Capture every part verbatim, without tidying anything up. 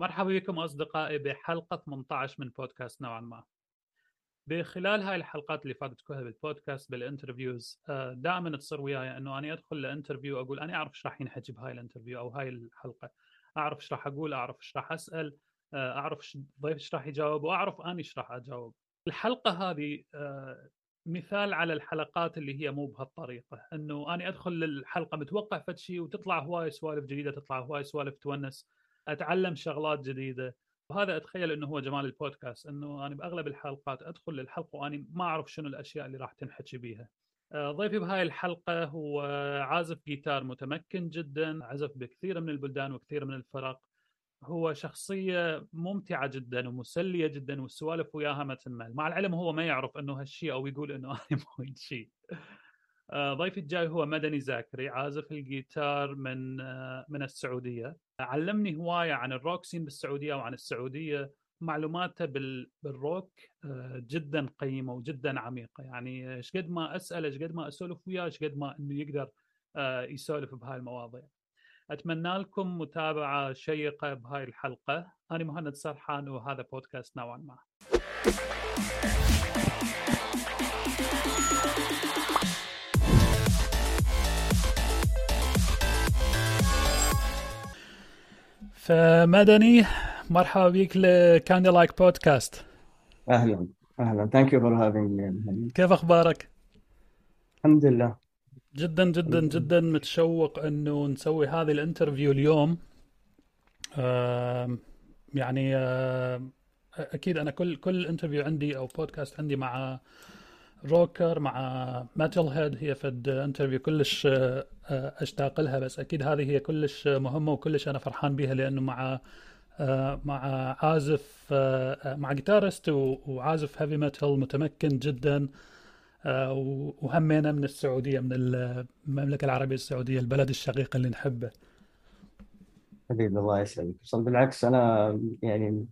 مرحبا بكم أصدقائي بحلقة ثمانية عشر من بودكاست نوعا ما. بخلال هاي الحلقات اللي فاتت كلها بالبودكاست بالانترفيوز دائما تصير وياي انه انا ادخل لانترفيو اقول انا اعرف ايش راح ينحكي بهاي الانترفيو او هاي الحلقه، اعرف ايش راح اقول، اعرف ايش راح اسال، اعرف ايش الضيف ايش راح يجاوب، واعرف اني ايش راح اجاوب. الحلقه هذه مثال على الحلقات اللي هي مو بهالطريقه، انه انا ادخل للحلقه متوقع فد شيء وتطلع هواي سوالف جديده، تطلع هواي سوالف تونس، اتعلم شغلات جديده. وهذا اتخيل انه هو جمال البودكاست، انه انا باغلب الحلقات ادخل للحلقه وانا ما اعرف شنو الاشياء اللي راح تنحكي بيها. ضيفي بهاي الحلقه هو عازف جيتار متمكن جدا، عزف بكثير من البلدان وكثير من الفرق. هو شخصيه ممتعه جدا ومسليه جدا، والسوالف وياها ما تنمل، مع العلم هو ما يعرف انه هالشيء او يقول انه انا مو هالشيء. ضيفي الجاي هو مدني زاكري، عازف الجيتار من من السعوديه. علمني هوايه عن الروك سين بالسعوديه وعن السعوديه. معلوماته بالروك جدا قيمه وجدا عميقه، يعني ايش قد ما اسال، ايش قد ما اسولف وياه، ايش قد ما انه يقدر يسولف بهاي المواضيع. اتمنى لكم متابعه شيقه بهاي الحلقه. انا مهند سرحان وهذا بودكاست نوعا ما. فمدني، مرحبا بك لكاندي لايك بودكاست. اهلا اهلا thank you for having me. كيف اخبارك؟ الحمد لله. جدا جدا جدا متشوق انه نسوي هذه الانترفيو اليوم. آه يعني آه اكيد انا كل كل انترفيو عندي او بودكاست عندي مع روكر، مع ميتال هيد، هي فد انترفيو كلش آه اشتاق لها، بس اكيد هذه هي كلش مهمه وكلش انا فرحان بها، لانه مع آه مع عازف آه مع جيتارست وعازف هيفي ميتال متمكن جدا، آه وهمينا من السعوديه، من المملكه العربيه السعوديه، البلد الشقيق اللي نحبه. حبيبي الله يسعدك. بصراحة بالعكس انا يعني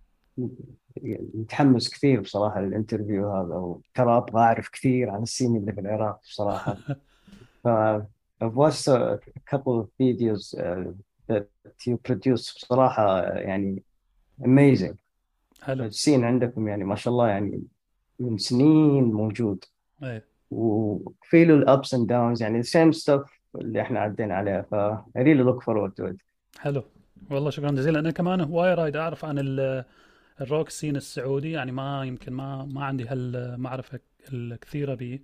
متحمس كثير بصراحه للانترفيو هذا، وترى ابغى اعرف كثير عن السين اللي في العراق بصراحه. ف I've watched a couple of videos uh, that you produce بصراحه يعني amazing. حلو. السين عندكم يعني ما شاء الله يعني من سنين موجود، ايه. وفي له الابس اند داونز يعني the same stuff اللي احنا عدينا عليها. ف I really look forward to it. حلو، والله شكرا جزيلا. انا كمان هواي رايد اعرف عن ال- الروك سين السعودي، يعني ما يمكن ما ما عندي هالمعرفه الكثيره به.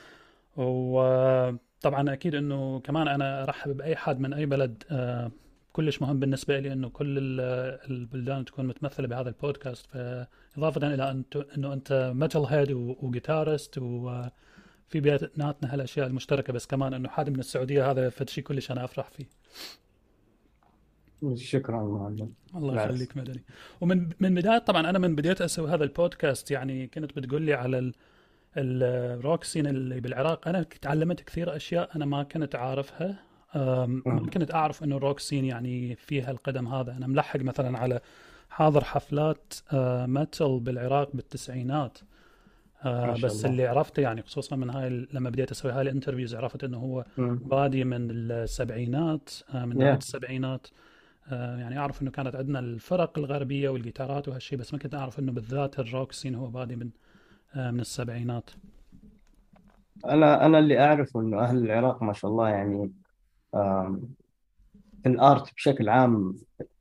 وطبعا اكيد انه كمان انا ارحب باي حد من اي بلد. آه، كلش مهم بالنسبه لي انه كل ال- البلدان تكون متمثله بهذا البودكاست. فاضافه الى أنت- انه انت ميتال هيد وجيتارست، وفي بيناتنا هالاشياء المشتركه، بس كمان انه حد من السعوديه، هذا فد شيء كلش انا افرح فيه. شكرا معلم. الله بالعكس. يخليك مدني. ومن من بداية طبعا أنا من بديت أسوي هذا البودكاست، يعني كنت بتقول لي على ال- الروك سين اللي بالعراق. أنا تعلمت كثير أشياء أنا ما كنت عارفها. أم، ما مم. كنت أعرف إنه الروك سين يعني فيها القدم هذا. أنا ملحق مثلا على حاضر حفلات آه، ميتال بالعراق بالتسعينات. ما آه، شاء بس الله. اللي عرفته يعني خصوصا من هاي ال- لما بديت أسوي هاي الانترفيوز، عرفت إنه هو مم. بادي من السبعينات، آه، من نهاية يا السبعينات. آه، يعني أعرف إنه كانت عندنا الفرق الغربية والجيتارات وهالشي، بس ما كنت أعرف إنه بالذات الروك سين هو بادي من آه، من السبعينات. انا انا اللي اعرفه انه اهل العراق ما شاء الله يعني آم، في الارت بشكل عام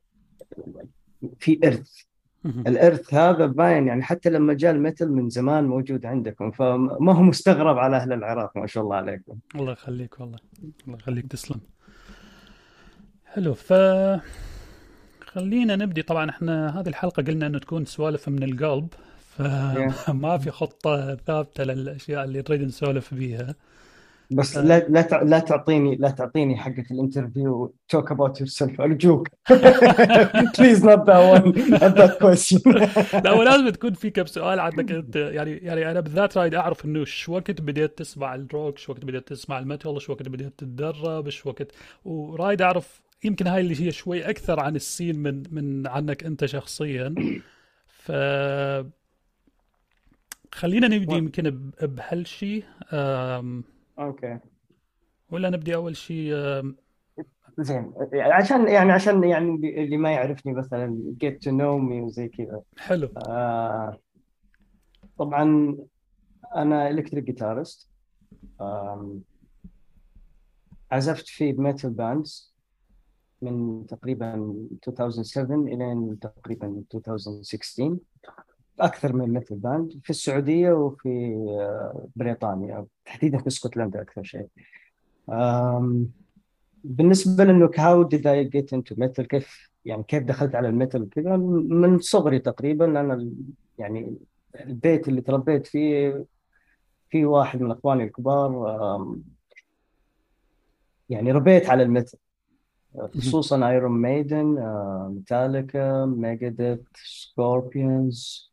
في ارث. مهم. الارث هذا باين يعني حتى لما جاء المثل من زمان موجود عندكم، فما هو مستغرب على اهل العراق ما شاء الله عليكم. الله يخليك والله. الله يخليك، تسلم. حلو، ف خلينا نبدي. طبعا احنا هذه الحلقة قلنا انه تكون سوالف من القلب، يا فما في خطة ثابتة للأشياء اللي نريد نسولف بيها. بس آه، لا لا تع- لا تعطيني لا تعطيني حقة الانترفيو talk about yourself ارجوك. Please not that one, not that question. لا، هو لازم تكون في كم سؤال عندك انت، يعني يعني انا بالذات رايد اعرف انه شو وقت بديت تسمع الروك، شو وقت بديت تسمع الميتال، شو وقت بديت تتدرب، شو وقت. ورايد اعرف يمكن هاي اللي هي شوي اكثر عن السين من من عنك انت شخصيا. ف خلينا نبدي و- يمكن ب- بهالشي. أم، اوكي. ولا نبدي اول شيء. أم، زين، عشان يعني عشان يعني اللي اللي ما يعرفني مثلا get to know me وزي كذا. حلو. آه طبعا انا الكتريك جيتارست. عزفت في ميتال باندز من تقريبا ألفين وسبعة الى تقريبا ألفين وستة عشر. اكثر من ميتال باند في السعوديه وفي آه، بريطانيا، تحديدا في اسكتلندا اكثر شيء. آم، بالنسبه لانه how did I get into metal، كيف يعني كيف دخلت على الميتال كذا؟ من صغري تقريبا. انا ال- يعني البيت اللي تربيت فيه في واحد من اخواني الكبار، آم، يعني ربيت على الميتال، مهم. خصوصا ايرون ميدن، ميتاليكا، ميجاديث، سكوربيونز،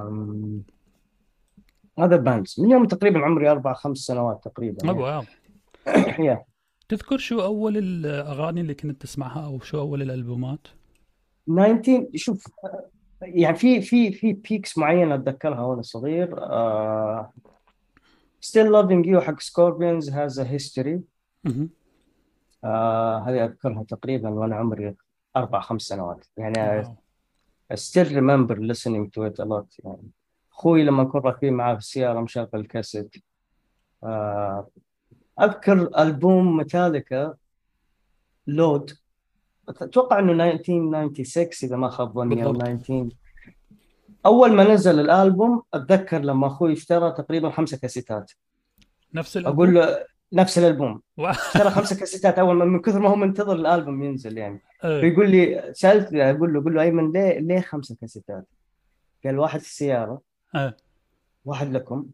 هذا باندز من يوم تقريبا عمري اربع خمس سنوات تقريبا أوه، يعني. واو. يا تذكر شو أول الأغاني اللي كنت تسمعها أو شو أول الألبومات؟ تسعة عشر. شوف، يعني في في في بيكس معينه اتذكرها وانا صغير. آه Still Loving You حق سكوربيونز has a history. مهم. آه هذه اذكرها تقريبا وانا عمري اربع خمس سنوات يعني. واو. I still remember listening to it a lot يعني. اخوي لما اكون راكبين معاه في السياره مشغل كاسيت. آه اذكر البوم ميتاليكا لود، اتوقع انه ألف وتسعمية وستة وتسعين اذا ما خاب ظني، او بالضبط. تسعتاشر. اول ما نزل الالبوم اتذكر لما اخوي اشترى تقريبا خمسه كاسيتات. نفس اقول الألبوم؟ له نفس الالبوم. واو. اشترى خمسه كاسيتات اول ما، من كثر ما هو منتظر الالبوم ينزل يعني. إيه. فيقول لي، سالت اقول له اقول له ايمن ليه ليه خمسه كاسيتات؟ قال واحد في السياره، إيه. واحد لكم،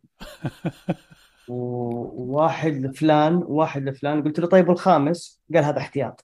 وواحد لفلان، وواحد لفلان. قلت له طيب والخامس؟ قال هذا احتياط.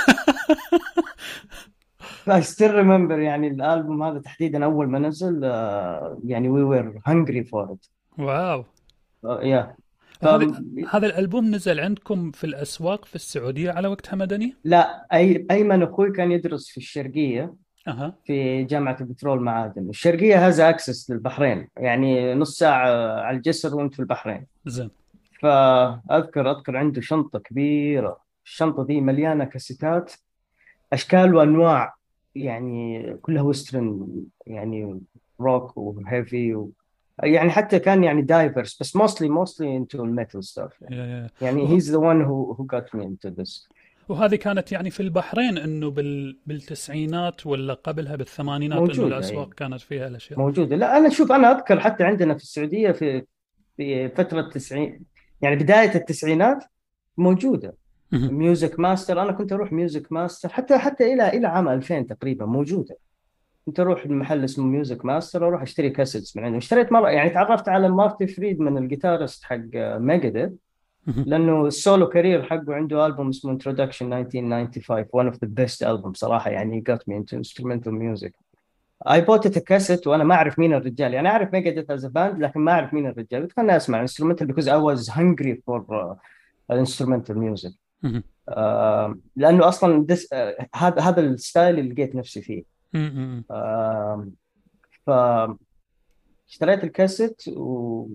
I still remember يعني الالبوم هذا تحديدا اول ما نزل، آه، يعني we were hungry for it. واو. آه، yeah. ف وهذا هذا الألبوم نزل عندكم في الأسواق في السعودية على وقتها مدني؟ لا، أي ايمن اخوي كان يدرس في الشرقيه، أها. في جامعه البترول معادن. الشرقيه هذا اكسس للبحرين، يعني نص ساعه على الجسر وانت في البحرين. زين. فاذكر اذكر عنده شنطه كبيره، الشنطه دي مليانه كاسيتات اشكال وانواع، يعني كلها ويسترن يعني، روك وهيفي و... يعني حتى كان يعني دايفرس، بس mostly mostly into metal stuff يعني. يا- يعني وه- he's the one who who got me into this. وهذه كانت يعني في البحرين انه بال... بالتسعينات ولا قبلها بالثمانينات انه موجودة الاسواق أي، كانت فيها الاشياء؟ موجودة. لا أنا شوف، أنا أذكر حتى عندنا في السعودية في في فترة التسعين، يعني بداية التسعينات موجودة. مهم. ميوزك ماستر، أنا كنت أروح ميوزك ماستر حتى حتى إلى إلى عام ألفين تقريبا موجودة. كنت اروح المحل اسمه ميوزك ماستر، اروح اشتري كاسيتس من عندهم. اشتريت مره يعني، تعرفت على مارتي فريدمان الجيتارست حق ميجاديث، مهم. لانه السولو كارير حقه عنده البوم اسمه انتروداكشن ألف وتسعمية وخمسة وخمسين، one of the best album صراحه يعني. got me into instrumental music. I bought it a cassette وانا ما اعرف مين الرجال، يعني اعرف ميجاديث as a band لكن ما اعرف مين الرجال. قلت خليني اسمع instrumental because I was hungry for uh, instrumental music. مهم. آه لانه اصلا this, آه هذا هذا الستايل اللي لقيت نفسي فيه. مهم. آه ف اشتريت الكاسيت ويعني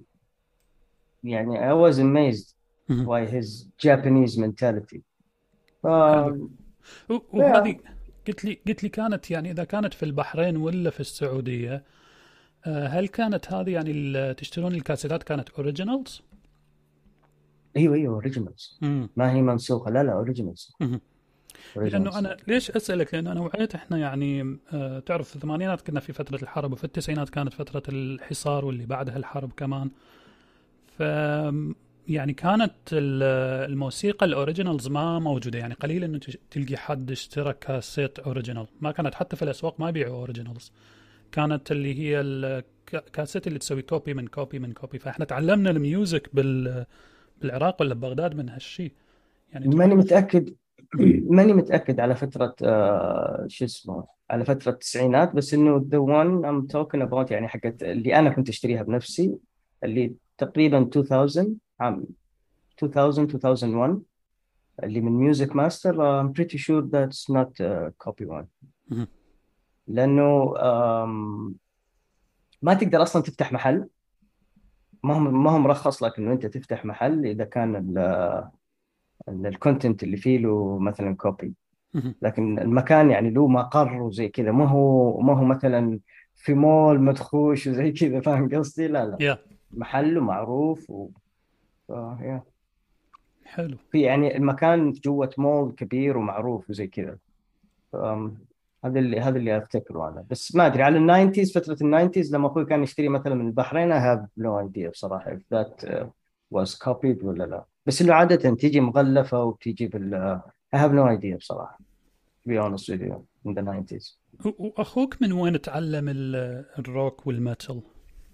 I was amazed مهم. by his Japanese mentality. ف حلو. و- yeah. وهذه قلت لي قلت لي كانت يعني اذا كانت في البحرين ولا في السعوديه، آه، هل كانت هذه يعني ال- تشترون الكاسيتات كانت اوريجينالز؟ ايوه ايوه اوريجينالز، امم. ما هي منسوخه، لا لا اوريجينالز. لانه اوريجينالز. انا ليش اسالك؟ لانه انا وعيت احنا يعني آه، تعرف في الثمانينات كنا في فتره الحرب، وفي التسعينات كانت فتره الحصار واللي بعدها الحرب كمان. ف يعني كانت ال- الموسيقى الاوريجينالز ما موجوده، يعني قليل انه تش- تلقي حد اشترى كاسيت اوريجينال، ما كانت حتى في الاسواق ما يبيعوا اوريجينالز. كانت اللي هي الكاسيت اللي تسوي كوبي من كوبي من كوبي. فاحنا تعلمنا الميوزك بال بالعراق ولا ببغداد من هالشيء. يعني انتم ماني عندكم. متاكد ماني متاكد على فتره آه شو اسمه، على فتره التسعينات، بس انه the one I'm talking about يعني حقت اللي انا كنت اشتريها بنفسي، اللي تقريبا ألفين عام ألفين ألفين وواحد، اللي من ميوزك ماستر. I'm pretty sure that's not uh, copy one. مهم. لأنه um, ما تقدر أصلا تفتح محل. ما هم ما هم مرخص لك إنه أنت تفتح محل إذا كان ال- الكونتنت اللي فيه له مثلا كوبي. مهم. لكن المكان يعني له مقر وزي كذا، ما هو ما هو مثلا في مول مدخوش وزي كذا، فاهم قصدي؟ لا لا، يا محله معروف و... ف... يا. حلو. في يعني المكان جوة مول كبير ومعروف وزي كذا. ف... هذا اللي هذا اللي افتكره انا. بس ما ادري على الناينتيز، فترة الناينتيز لما اخوي كان يشتري مثلا من البحرين، I have no idea بصراحة if that uh, was copied ولا لا. بس انه عادة تيجي مغلفة وتيجي بال I have no idea بصراحة to be honest with you in the nineties. و- وأخوك من وين تعلم ال- الروك والميتال؟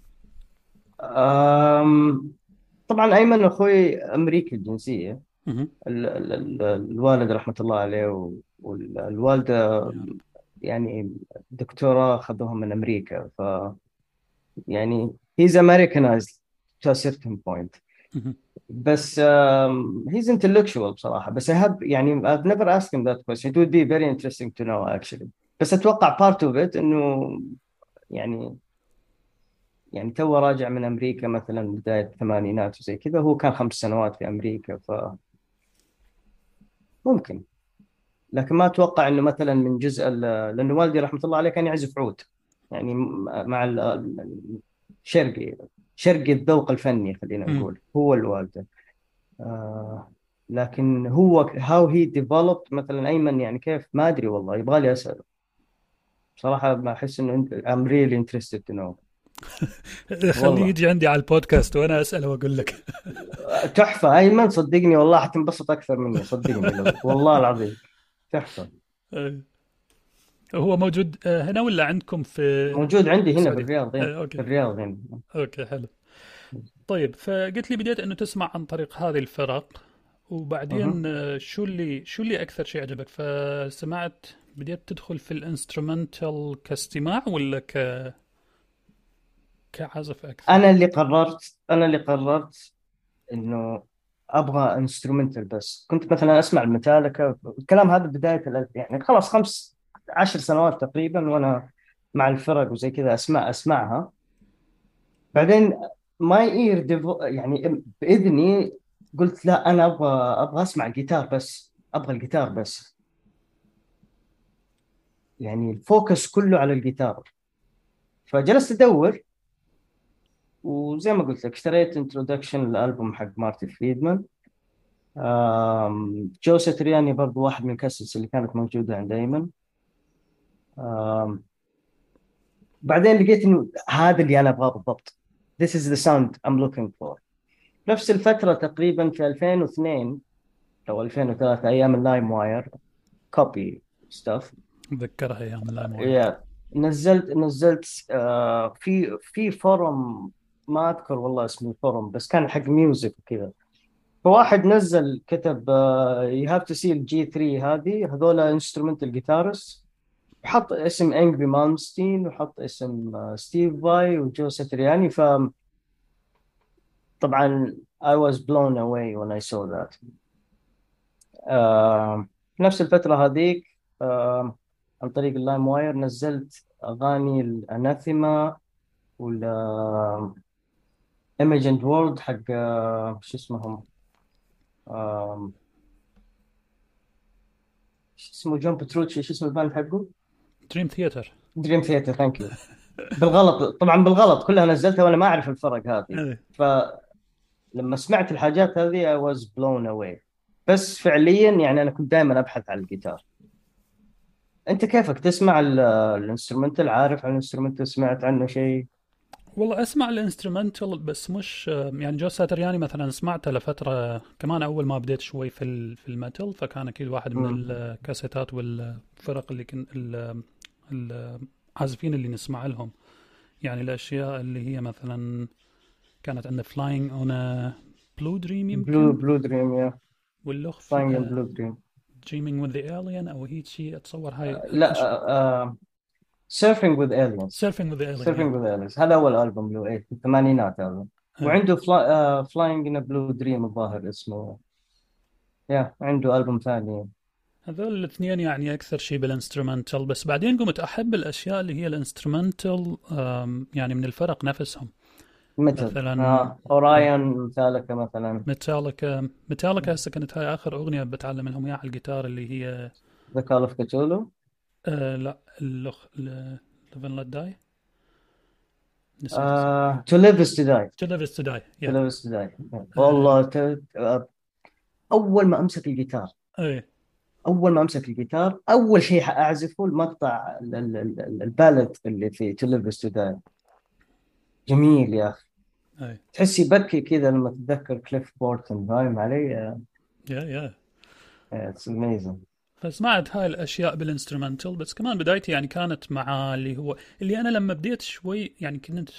أم... طبعا أيمن أخوي أمريكي الجنسية. مهم. ال... ال... ال... الوالد رحمة الله عليه و... والوالدة يا رب. يعني دكتوراه أخذوها من أمريكا. ف يعني he's Americanized to a certain point. مهم. بس um, he's intellectual بصراحة. بس I have يعني I've never asked him that question. It would be very interesting to know actually. بس أتوقع part of it إنه يعني يعني تو راجع من أمريكا مثلا بداية الثمانينات وزي كذا، هو كان خمس سنوات في أمريكا، فممكن. لكن ما أتوقع إنه مثلا من جزء ال- لأنه والدي رحمة الله عليه كان يعزف عود، يعني م- مع ال- ال- الشرقي، شرقي الذوق الفني خلينا مم. نقول، هو الوالد. آه لكن هو how he developed مثلا أيمن، يعني كيف ما أدري والله، يبغى لي أسأله بصراحة. ما أحس إنه أنت- I'm really interested to know. خليه والله يجي عندي على البودكاست وأنا أسأله وأقول لك. تحفة أيمن، صدقني والله حتنبسط أكثر مني، صدقني لو والله العظيم تحفة. هو موجود آه، هنا ولا عندكم في موجود عندي هنا السعودية؟ بالرياض هنا. آه، أوكي. في الرياض هنا. أوكي حلو. طيب فقلت لي بديت انه تسمع عن طريق هذه الفرق، أها. وبعدين آه، شو اللي شو اللي اكثر شيء عجبك؟ فسمعت بديت تدخل في الانسترومنتال كاستماع ولا ك كعزف اكثر؟ أنا اللي قررت أنا اللي قررت إنه أبغى انسترومنتال. بس كنت مثلا أسمع الميتاليكا، الكلام هذا بداية الألف يعني، خلاص خمس عشر سنوات تقريبا وأنا مع الفرق وزي كذا أسمع أسمعها. بعدين ماي اير يعني بإذني قلت لا، أنا أبغى أبغى أسمع الجيتار بس، أبغى الجيتار بس، يعني الفوكس كله على الجيتار. فجلست أدور، وزي ما قلت لك اشتريت انترودكشن الالبوم حق مارتي فريدمان. آم، جو ساترياني برضو واحد من الكاسيتس اللي كانت موجوده عند ايمن. آم، بعدين لقيت انه هذا اللي انا ابغاه بالضبط. This is the sound I'm looking for. نفس الفتره تقريبا في ألفين واثنين او ألفين وثلاثة، ايام اللايم واير كوبي ستاف. اتذكرها ايام اللايم واير. يا نزلت نزلت آه، في في فورم، ما اذكر والله اسم الفورم، بس كان حق ميوزك وكذا. فواحد نزل كتب يو هاف تو سي الجي ثلاثة هذه، هذول انسترومنتال جيتارست، وحط اسم انجبي مالمستين، وحط اسم آه، ستيف باي وجو ساترياني. فطبعا I was blown away when I saw that. آه، في نفس الفترة هذيك آه، عن طريق اللايم واير نزلت أغاني الأناثيما وال ايميجند وورد حق آه، شو اسمهم، آه، شو اسمه، جون بتروتشي، شو اسمه الباند حقه؟ دريم ثياتر. دريم ثياتر، ثانك يو. بالغلط طبعا، بالغلط كلها نزلتها وانا ما اعرف الفرق هذه. فلما سمعت الحاجات هذه I was blown away. بس فعليا يعني انا كنت دائما ابحث عن الجيتار. انت كيفك تسمع ال- الانسترومنتال؟ عارف عن الانسترومنتال؟ سمعت عنه شيء؟ والله اسمع الانسترومنتال بس مش يعني جو ساترياني مثلا سمعته لفتره كمان اول ما بديت شوي في ال- في الميتال، فكان اكيد واحد من مم. الكاسيتات والفرق اللي كن ال- العازفين اللي نسمع لهم. يعني الاشياء اللي هي مثلا كانت عندنا فلاينج اون بلو دريم بلو يمكن، بلو دريم، يا واللخ فلاينج ان بلو دريم. دريمينج وذ ذا الين او هيك شيء اتصور هاي. لا، سيرفينج وذ الينز. سيرفينج وذ ذا الين يا. سيرفينج وذ الينز هذا اول البوم له، ايه، في الثمانينات هذا. وعنده فلا... فلاينج ان بلو دريم الظاهر اسمه. يا عنده البوم ثاني. هذول الاثنين يعني اكثر شيء بالانسترومنتال، بس بعدين قمت احب الاشياء اللي هي الانسترومنتال يعني من الفرق نفسهم. مثل مثلا آه أورايون مثالك مثلا. ميتاليكا ميتاليكا هسه كانت هاي آخر أغنية بتعلم لهم إياها على الجيتار، اللي هي ذا كول اوف كتولو. آه لا اللخ ليفن لت داي، نسيت اسمها. آه To live is to die. To live is to die. To yeah. live is to die. آه والله ت... آه، أول ما أمسك الجيتار، ايه أول ما أمسك الجيتار أول شيء حأعزفه المقطع ال- ال- ال- البالد اللي في To live is to die. جميل يا أخي، ايه تحس يبكي كذا لما تتذكر كليف بورتون، فاهم علي؟ يا يا اتس اميزنج. فسمعت هاي الاشياء بالانسترومنتال، بس كمان بدايتي يعني كانت مع اللي هو اللي انا لما بديت شوي يعني كنت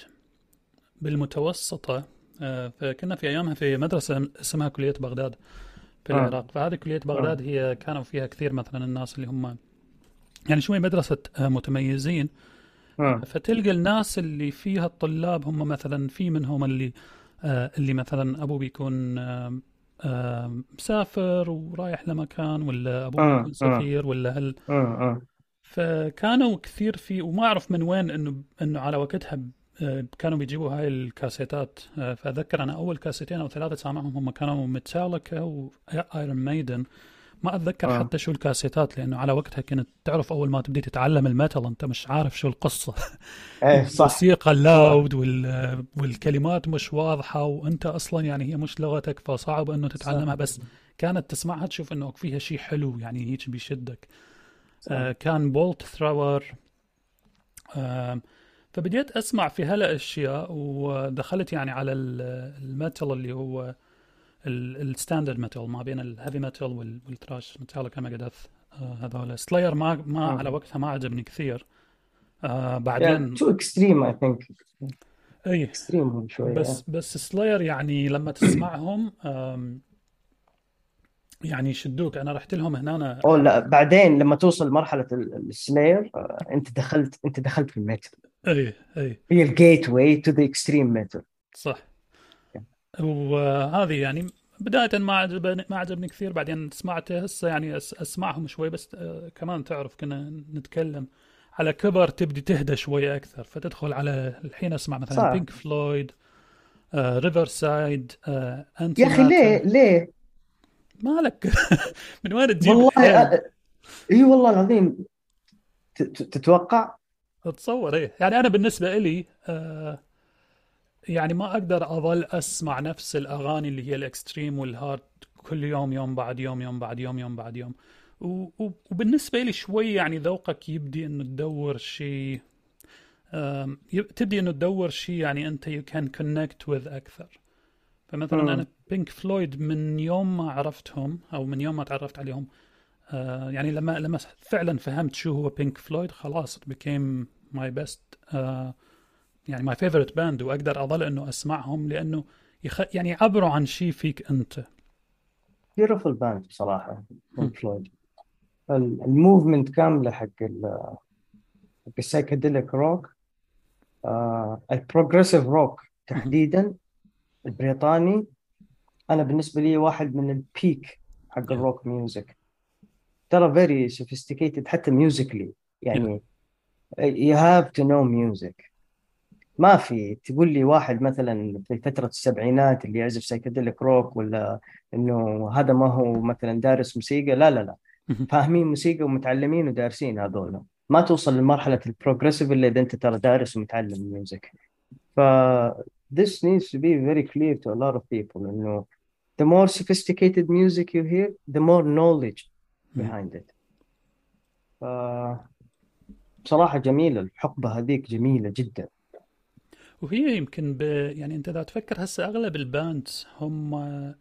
بالمتوسطة. آه، فكنا في ايامها في مدرسة اسمها كلية بغداد في العراق. فهذه كلية بغداد هي كانوا فيها كثير مثلا الناس اللي هم يعني شوي مدرسة آه، متميزين. فتلقى الناس اللي فيها الطلاب هم مثلا في منهم اللي آه اللي مثلا ابوه بيكون آه آه مسافر ورايح لمكان، ولا ابوه بيكون سفير، ولا هل. فكانوا كثير في، وما اعرف من وين انه انه على وقتها آه كانوا بيجيبوا هاي الكاسيتات. آه فاذكر انا اول كاسيتين او ثلاثه سامعهم هم كانوا ميتاليكا وايرون مايدن. ما اتذكر حتى شو الكاسيتات، لانه على وقتها كنت تعرف اول ما تبدي تتعلم الميتال انت مش عارف شو القصه. ايه صح. الموسيقى لاود وال... والكلمات مش واضحه، وانت اصلا يعني هي مش لغتك، فصعب انه تتعلمها. صح بس كانت تسمعها تشوف انه فيها شيء حلو يعني هيك بيشدك. صح. آه كان بولت ثراور. آه فبديت اسمع في هلا اشياء، ودخلت يعني على الميتال اللي هو الستاندرد ميتال ما بين الهيفي ميتال والتراش، ميتاليكا ميجاديث. آه هذول سلاير ما ما على وقتها ما عجبني كثير. آه Yeah, بعدين too extreme I think. اي extreme شوية. بس بس سلاير يعني لما تسمعهم آم يعني يشدوك. انا رحت لهم هنا أنا او لا، بعدين لما توصل لمرحلة ال- السلاير، آه، انت دخلت انت دخلت في الميتال. اي اي هي الجيت واي تو ذا اكستريم ميتال. صح. وهذه يعني بداية ما عجبني ما عجبني كثير، بعدين سمعته هسه يعني أس اسمعهم شوي بس. آه كمان تعرف كنا نتكلم على كبر تبدي تهدى شوي اكثر، فتدخل على الحين اسمع مثلا صح بينك فلويد، آه ريفر سايد، آه يا انتي اخي، ليه ماتر. ليه مالك من وين تجيب والله الحيل؟ أ- اي والله العظيم. ت- ت- تتوقع. اتصور ايه يعني انا بالنسبة إلي آه يعني ما اقدر اظل اسمع نفس الاغاني اللي هي الاكستريم والهارد كل يوم، يوم بعد يوم، يوم بعد يوم، يوم بعد يوم. و- و- وبالنسبة لي شوي يعني ذوقك يبدي انه تدور شيء، آم، يب- تبدي انه تدور شيء يعني انت you can connect with اكثر. فمثلا انا امم بينك فلويد من يوم ما عرفتهم او من يوم ما تعرفت عليهم، آه يعني لما لما فعلا فهمت شو هو بينك فلويد خلاص it became my best آه يعني my favorite band، واقدر اظل انه اسمعهم لانه يخ... يعني يعبروا عن شيء فيك انت. بيوتيفول باند بصراحة. هم. بينك فلويد، الموفمنت كاملة حق ال- حق السايكيديليك روك، البروجريسيف روك هم. تحديدا البريطاني. انا بالنسبة لي واحد من البيك حق yeah. الروك ميوزك. ترى very sophisticated حتى musically yeah. يعني. you have to know music. ما في تقول لي واحد مثلا في فترة السبعينات اللي يعزف سايكيديليك روك، ولا انه هذا ما هو مثلا دارس موسيقى. لا لا لا، هم. فاهمين موسيقى ومتعلمين ودارسين. هذول ما توصل لمرحلة البروجريسيف الا اذا انت ترى دارس ومتعلم ميوزك. ف this needs to be very clear to a lot of people انه the more sophisticated music you hear the more knowledge هم. behind it. ف بصراحة جميلة الحقبة هذيك، جميلة جدا. وهي يمكن ب... يعني انت اذا تفكر هسه اغلب الباندز هم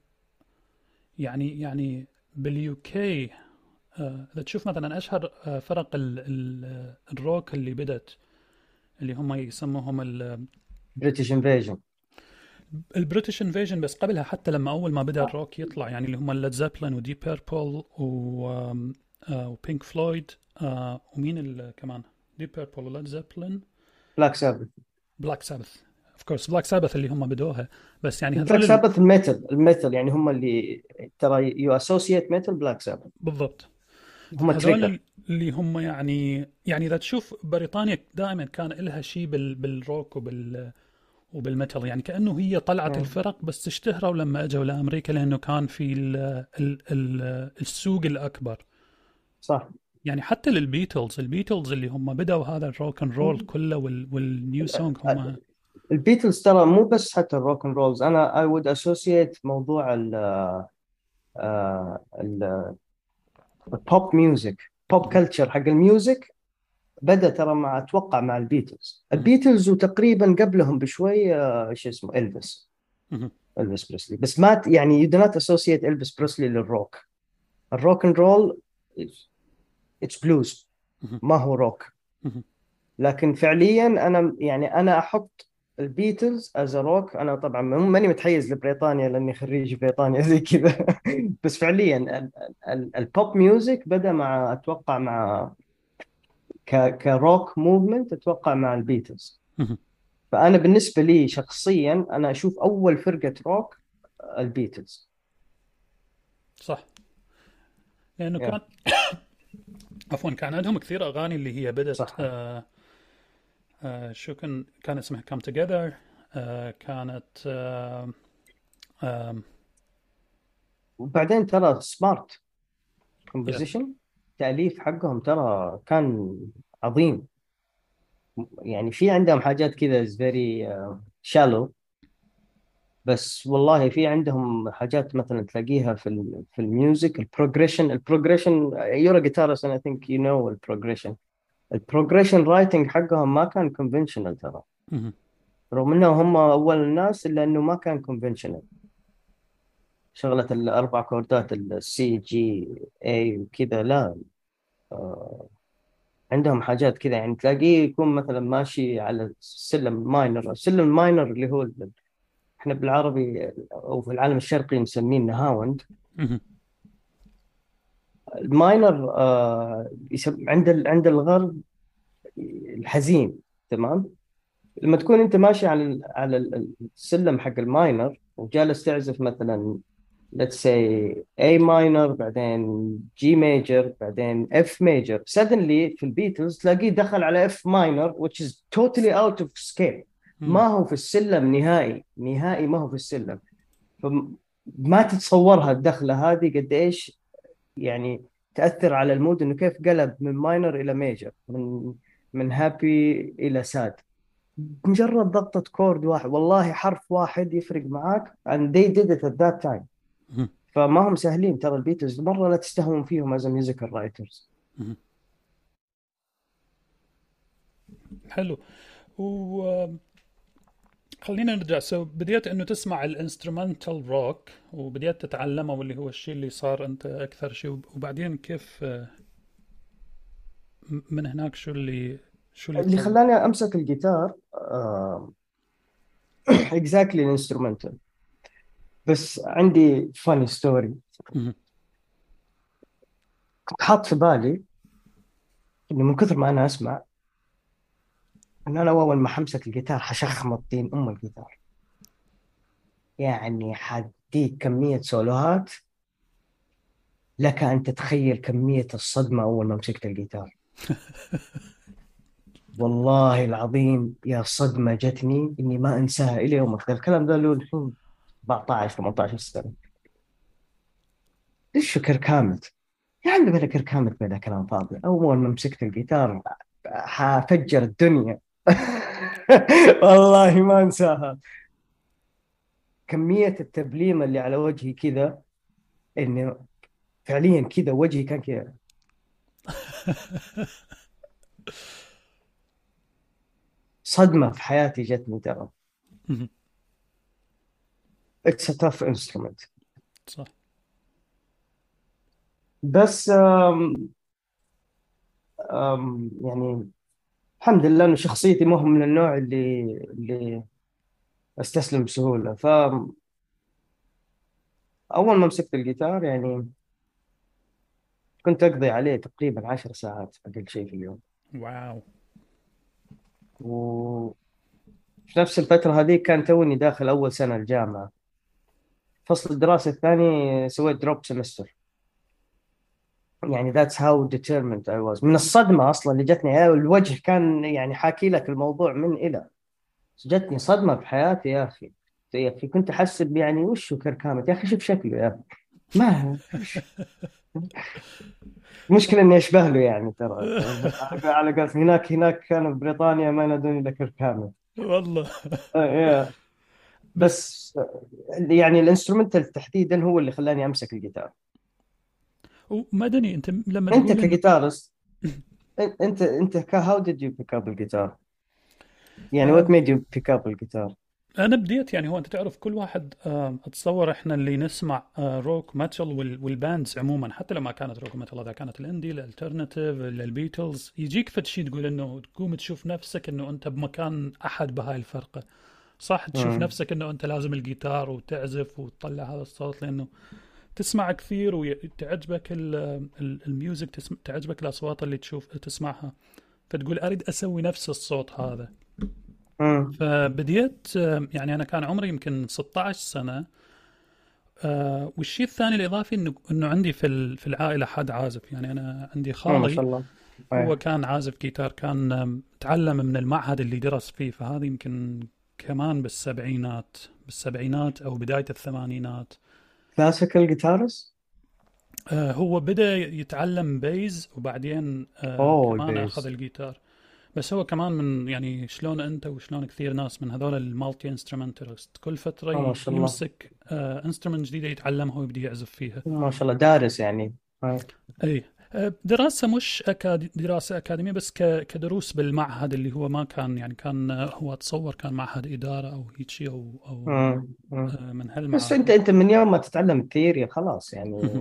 يعني يعني باليوكي. آه، اذا تشوف مثلا اشهر آه، فرق ال... ال... الروك اللي بدت، اللي هم يسموهم ال... بريتش انفيجن. البريتش انفيجن. بس قبلها حتى لما اول ما بدا الروك يطلع يعني اللي هم ليد زابلين ودي بيربل و آم، آه، وبينك فلويد، آه، ومين ال... كمان دي بيربل وليد زابلين. بلاك سابث. بلاك سابث اوف كورس، بلاك سابث اللي هم بدوها. بس يعني بلاك هذول ال... سابث الميتال الميتال يعني هم اللي ترى يو اسوسييت ميتال بلاك سابث. بالضبط. هم تريجر. هذول اللي هم يعني يعني اذا تشوف بريطانيا دائما كان لها شيء بال بالروك وبال وبالميتال، يعني كأنه هي طلعت مم. الفرق بس اشتهروا لما اجوا لأمريكا لأنه كان في ال ال ال السوق الأكبر. صح. يعني حتى للبيتلز، البيتلز اللي هم بدأوا هذا الروك اند رول كله وال والنيو سونج هم. البيتلز ترى مو بس حتى الروك اند رولز، انا I would associate موضوع ال البوب ميوزك، بوب كلتشر حق الميوزك بدأ ترى مع اتوقع مع البيتلز. البيتلز وتقريبا قبلهم بشوي آه، شو اسمه إلفيس، إلفيس بريسلي. بس ما ت- يعني you do not associate إلفيس بريسلي للروك. الروك اند رول اتس بلوز، ما هو روك. لكن فعليا انا يعني انا احط البيتلز از روك. انا طبعا ماني متحيز لبريطانيا لاني خريج بريطانيا زي كذا بس فعليا ال- ال- البوب ميوزك بدأ مع اتوقع مع ك كروك موفمنت اتوقع مع البيتلز. فانا بالنسبه لي شخصيا انا اشوف اول فرقه روك البيتلز. صح، لأنه كان yeah. عفوا كان عندهم كثير أغاني اللي هي بدت صح. آه آه شو كان كان اسمها Come Together. آه كانت آه آه وبعدين ترى سمارت يس. كومبوزيشن، تأليف حقهم ترى كان عظيم. يعني في عندهم حاجات كذا is very uh, shallow، بس والله في عندهم حاجات مثلا تلاقيها في ال في الميوزك. البروجريشن البروجريشن you're a guitarist and I think you know البروجريشن البروجريشن رايتنج حقهم ما كان conventional ترى، رغم انهم هم اول الناس الا انه ما كان conventional. شغلة الاربع كوردات السي جي اي وكذا لا. آه، عندهم حاجات كذا يعني تلاقيه يكون مثلا ماشي على سلم ماينر. السلم الماينر اللي هو ال- احنا بالعربي او في العالم الشرقي مسميه النهاوند. الماينر آه يسم... عند ال... عند الغرب الحزين. تمام. لما تكون انت ماشي على ال... على ال- السلم حق الماينر وجالس تعزف مثلا let's say A minor بعدين G major بعدين F major suddenly في البيتلز تلاقيه دخل على F minor which is totally out of scale. ما هو في السلم نهائي نهائي، ما هو في السلم. فما تتصورها الدخلة هذه قد ايش يعني تأثر على المود، انه كيف قلب من ماينر الى ميجر، من من هابي الى ساد. مجرد ضغطة كورد واحد والله حرف واحد يفرق معاك and they did it at that time. فما هم سهلين ترى البيتلز، مرة لا تستهون فيهم as a musical writers. حلو. وخلينا نرجع، سو بديت انه تسمع الانسترومنتال روك وبديت تتعلمه، واللي هو الشيء اللي صار انت اكثر شيء، وبعدين كيف آه، من هناك شو اللي شو اللي اللي تطور؟ خلاني امسك الجيتار آه exactly الانسترومنتال. بس عندي funny story. كنت حاط في بالي انه من كثر ما انا اسمع ان انا اول ما حمسك الجيتار حشخمط دين ام الجيتار. يعني حديك كمية سولوهات لك ان تتخيل كمية الصدمة اول ما مسكت الجيتار. والله العظيم يا صدمة جتني اني ما انساها الى يومك. الكلام ذا له الحين سبعة عشر ثمانية عشر سنة. ايش فكر كامل يا عمي؟ بلا كركامة بلا كلام فاضي. أول ما مسكت الجيتار حفجر الدنيا والله ما أنساها. كمية التبليمة اللي على وجهي كذا، إنه فعليا كذا وجهي كان كذا. صدمة في حياتي جتني ترى. It's a tough instrument. صح. بس آم آم يعني الحمد لله إنه شخصيتي مو من النوع اللي اللي استسلم بسهولة. فأول ما مسكت الجيتار يعني كنت أقضي عليه تقريبا عشر ساعات أقل شيء في اليوم. واو. وفي نفس الفترة هذه كان توني داخل أول سنة الجامعة. فصل الدراسة الثاني سويت دروب سمستر. يعني that's how determined I was من الصدمة أصلا اللي جتني. يعني الوجه كان يعني حاكي لك الموضوع من إلى. جتني صدمة في حياتي يا أخي. يا أخي كنت أحسب يعني وش هو كركامة، يا أخي شوف شكله يا أخي، ما هو المشكلة إني أشبه له يعني ترى. على على قولت هناك هناك كانوا في بريطانيا ما ينادوني إلا كركامة. والله. آه، يا بس بس آه، يعني الانسترومنتال تحديدا هو اللي خلاني أمسك الجيتار. ومدني انت لما أنت تقول انه كجيتارست، أنت أنت ك how did you pick up الجيتار؟ يعني what آه، made you pick up الجيتار؟ انا بديت يعني، هو انت تعرف كل واحد آه، اتصور احنا اللي نسمع آه، روك ميتال وال- والباندز عموما، حتى لما كانت روك ميتال، اذا كانت الاندي الالترناتيف البيتلز، يجيك فد شيء تقول انه تقوم تشوف نفسك انه انت بمكان احد بهاي الفرقه. صح، تشوف مم. نفسك انه انت لازم الجيتار وتعزف وتطلع هذا الصوت، لانه تسمع كثير وتعجبك ال- ال- الميوزك، تسم- تعجبك الاصوات اللي تشوف تسمعها، فتقول اريد اسوي نفس الصوت هذا. مم. فبديت آه، يعني انا كان عمري يمكن ستة عشر سنه. آه والشيء الثاني الاضافي انه انه عندي في ال- في العائله حد عازف، يعني انا عندي ما خالي شاء الله. هو أيه. كان عازف جيتار، كان آم، تعلم من المعهد اللي درس فيه، فهذه يمكن كمان بالسبعينات بالسبعينات او بدايه الثمانينات. كلاسيكال جيتارست. آه هو بدأ يتعلم بيز وبعدين آه اوه كمان اخذ البيز. الجيتار. بس هو كمان من يعني شلون انت وشلون كثير ناس من هذول المالتي انسترومنتالست، كل فتره ما ي- شاء الله. يمسك آه انسترومنت جديده يتعلمها ويبدي يعزف فيها. ما شاء الله دارس يعني. أيه. اي آه، دراسه مش أكاد... دراسه اكاديميه، بس ك... كدروس بالمعهد اللي هو ما كان يعني، كان آه، هو اتصور كان معهد اداره او هيك شيء، او او مم. مم. آه، من بس انت هالمعاهد. انت من يوم ما تتعلم الثيوري خلاص يعني،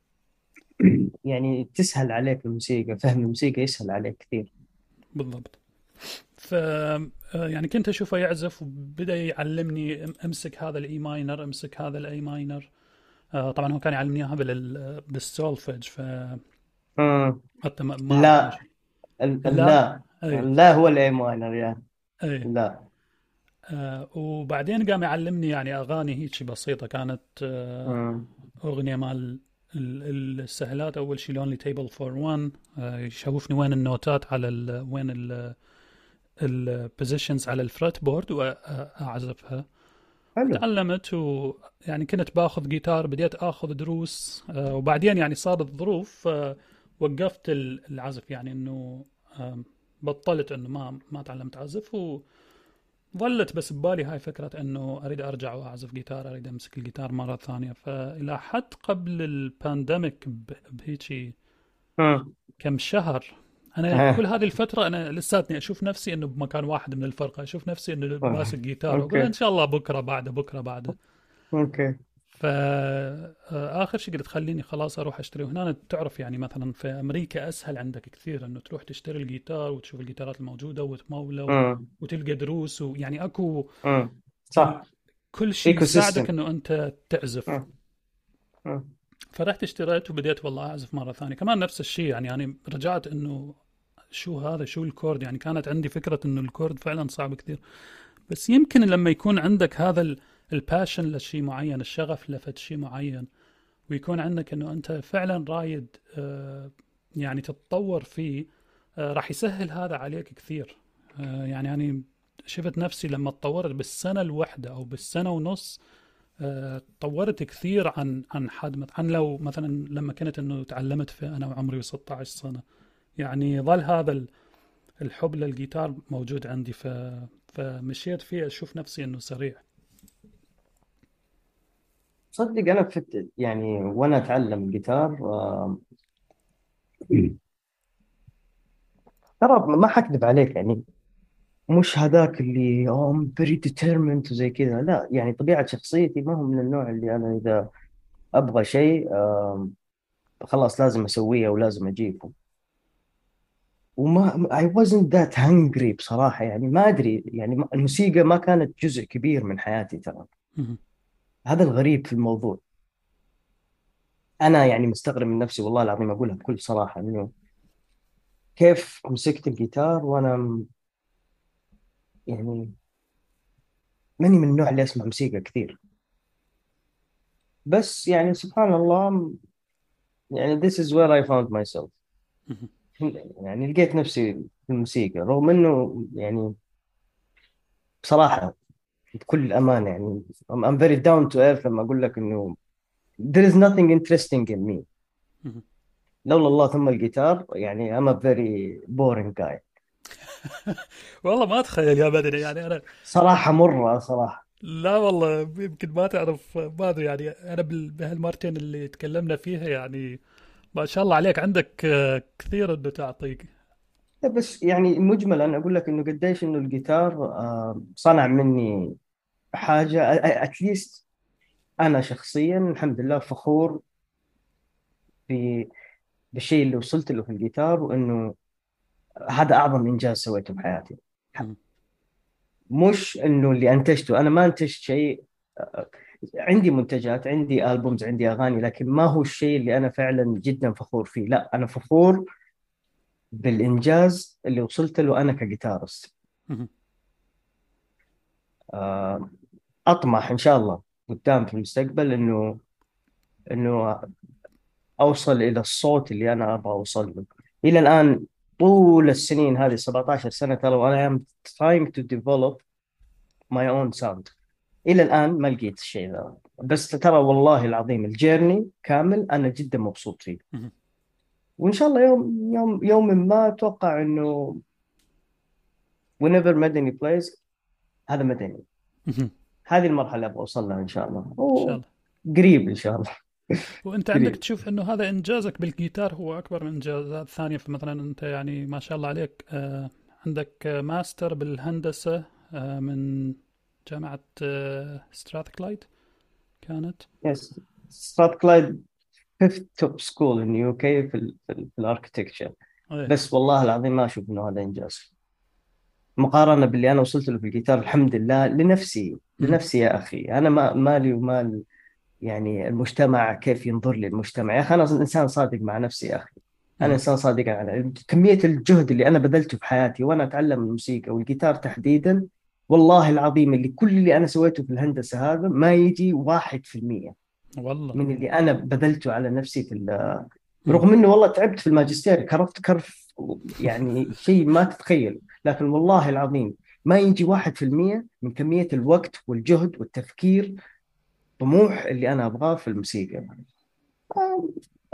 يعني تسهل عليك الموسيقى، فهم الموسيقى يسهل عليك كثير. بالضبط. ف آه، يعني كنت اشوفه يعزف وبدا يعلمني، أم- امسك هذا الاي ماينر، امسك هذا الاي ماينر. آه، طبعا هو كان يعلمني اياها بال... بالسولفج، فحتى مم. ما ما اعرف انا لا، شيء. ال- لا. لا، اي. لا هو الاي ماينر يا. اي. لا. آه وبعدين قام يعلمني يعني اغاني هيك بسيطه، كانت آه مم. اغنيه مال ال- السهلات، اول شيء لونلي تيبل فور وان، يشوفني وين النوتات على ال وين البوزيشنز على الفريت بورد واعزفها. حلو. وتعلمت، ويعني كنت باخذ جيتار، بديت اخذ دروس آه وبعدين يعني صارت ظروف آه وقفت ال- العزف، يعني انه آه بطلت، انه ما ما تعلمت اعزف. ظلت بس ببالي هاي فكرة انه اريد ارجع واعزف جيتار، اريد امسك الجيتار مرة ثانية. فالى حد قبل البانديميك بهيجي مم. كم شهر، انا كل آه. هذه الفترة انا لساتني اشوف نفسي انه بمكان واحد من الفرقة، اشوف نفسي انه آه. ماسك جيتار واقول ان اوكي. شاء الله بكرة بعده بكرة بعده. اوكي. فآخر شيء قلت خليني خلاص أروح أشتري. وهنا تعرف يعني مثلا في أمريكا أسهل عندك كثير إنه تروح تشتري الجيتار وتشوف الجيتارات الموجودة وتمولى مم. وتلقى دروس، ويعني أكو مم. ال... صح. كل شيء ايكو يساعدك سيستم. إنه أنت تعزف. فرحت اشتريت وبديت والله أعزف مرة ثانية كمان نفس الشيء، يعني يعني رجعت إنه شو هذا، شو الكورد، يعني كانت عندي فكرة إنه الكورد فعلا صعب كثير. بس يمكن لما يكون عندك هذا الباشن لشيء معين، الشغف لفت شيء معين، ويكون عندك انه انت فعلا رايد آه، يعني تتطور فيه، آه، راح يسهل هذا عليك كثير. آه، يعني يعني شفت نفسي لما تطورت بالسنة الواحدة او بالسنة ونص، آه، تطورت كثير عن عن حد عن لو مثلا لما كنت انه تعلمت في انا وعمري ستة عشر سنة. يعني ظل هذا ال- الحب للجيتار موجود عندي، ف فمشيت فيه اشوف نفسي انه سريع. صدق انا في يعني وانا اتعلم الجيتار، آه، ترى ما حكذب عليك يعني، مش هذاك اللي oh, I'm very determined وزي كذا، لا يعني طبيعة شخصيتي ما هو من النوع اللي انا اذا ابغى شيء آه، خلاص لازم اسويه ولازم اجيبه. وما I wasn't that hungry بصراحة، يعني ما ادري يعني ما- الموسيقى ما كانت جزء كبير من حياتي ترى. مهم. هذا الغريب في الموضوع. انا يعني مستغرب من نفسي والله العظيم، اقولها بكل صراحة، انه كيف مسكت الجيتار وانا م- يعني ماني من النوع اللي اسمع موسيقى كثير. بس يعني سبحان الله، يعني this is where I found myself. مهم. يعني لقيت نفسي في الموسيقى رغم انه يعني بصراحة بكل أمانة يعني I'm, I'm very down to earth لما أقول لك إنه there is nothing interesting in me. مهم. لولا الله ثم الجيتار يعني I'm a very boring guy. والله ما اتخيل يا بدري، يعني انا صراحة مرة صراحة. لا والله يمكن ما تعرف، ما ادري يعني انا بال- بهالمرتين اللي تكلمنا فيها يعني ما شاء الله عليك عندك آه، كثير انه تعطيك. بس يعني مجملا أقول لك إنه قديش إنه الجيتار آه، صنع مني حاجة اتليست. أنا شخصيا الحمد لله فخور ب- بالشيء اللي وصلت له في الجيتار، وإنه هذا أعظم إنجاز سويته بحياتي. مم. مش إنه اللي أنتجته، أنا ما أنتجت شيء. عندي منتجات، عندي ألبومز، عندي أغاني، لكن ما هو الشيء اللي أنا فعلا جدا فخور فيه. لا، أنا فخور بالإنجاز اللي وصلت له أنا كجيتارست. مم. آه، أطمح إن شاء الله قدام في المستقبل إنه إنه أوصل إلى الصوت اللي أنا أبغى أوصل له. إلى الآن طول السنين هذه سبعتاشر سنة ترى وأنا am trying to develop my own sound. إلى الآن ما لقيت الشيء ذا، بس ترى والله العظيم الجيرني كامل أنا جدا مبسوط فيه. مم. وإن شاء الله يوم يوم يوم ما أتوقع إنه whenever مدني plays هذا مدني. مم. هذه المرحلة اللي أبغى أوصل لها إن شاء الله، ان شاء الله. وقريب إن شاء الله. وانت عندك قريب. تشوف انه هذا انجازك بالجيتار هو اكبر من انجازات ثانيه، فمثلا انت يعني ما شاء الله عليك آه، عندك آه، ماستر بالهندسه آه، من جامعه آه، ستراثكلايد كانت. يس. ستراتكلايد fifth top school in يو كي في ال في, ال في الاركتكتشر. ايه. بس والله العظيم ما أشوف إنه هذا إنجاز مقارنة باللي أنا وصلت له في الجيتار. الحمد لله لنفسي، مم. لنفسي يا أخي. أنا ما مالي ومال يعني المجتمع كيف ينظر لي. المجتمع يا أخي أنا إنسان صادق مع نفسي يا أخي. أنا مم. إنسان صادق على كمية الجهد اللي أنا بذلته في حياتي وأنا أتعلم الموسيقى والجيتار تحديدا. والله العظيم اللي كل اللي أنا سويته في الهندسة هذا ما يجي واحد في المية والله. من اللي أنا بذلته على نفسي في ال- مم. رغم إنه والله تعبت في الماجستير، كرفت كرف يعني شيء ما تتخيل، لكن والله العظيم ما يجي واحد في المية من كمية الوقت والجهد والتفكير، طموح اللي أنا أبغاه في الموسيقى. آه،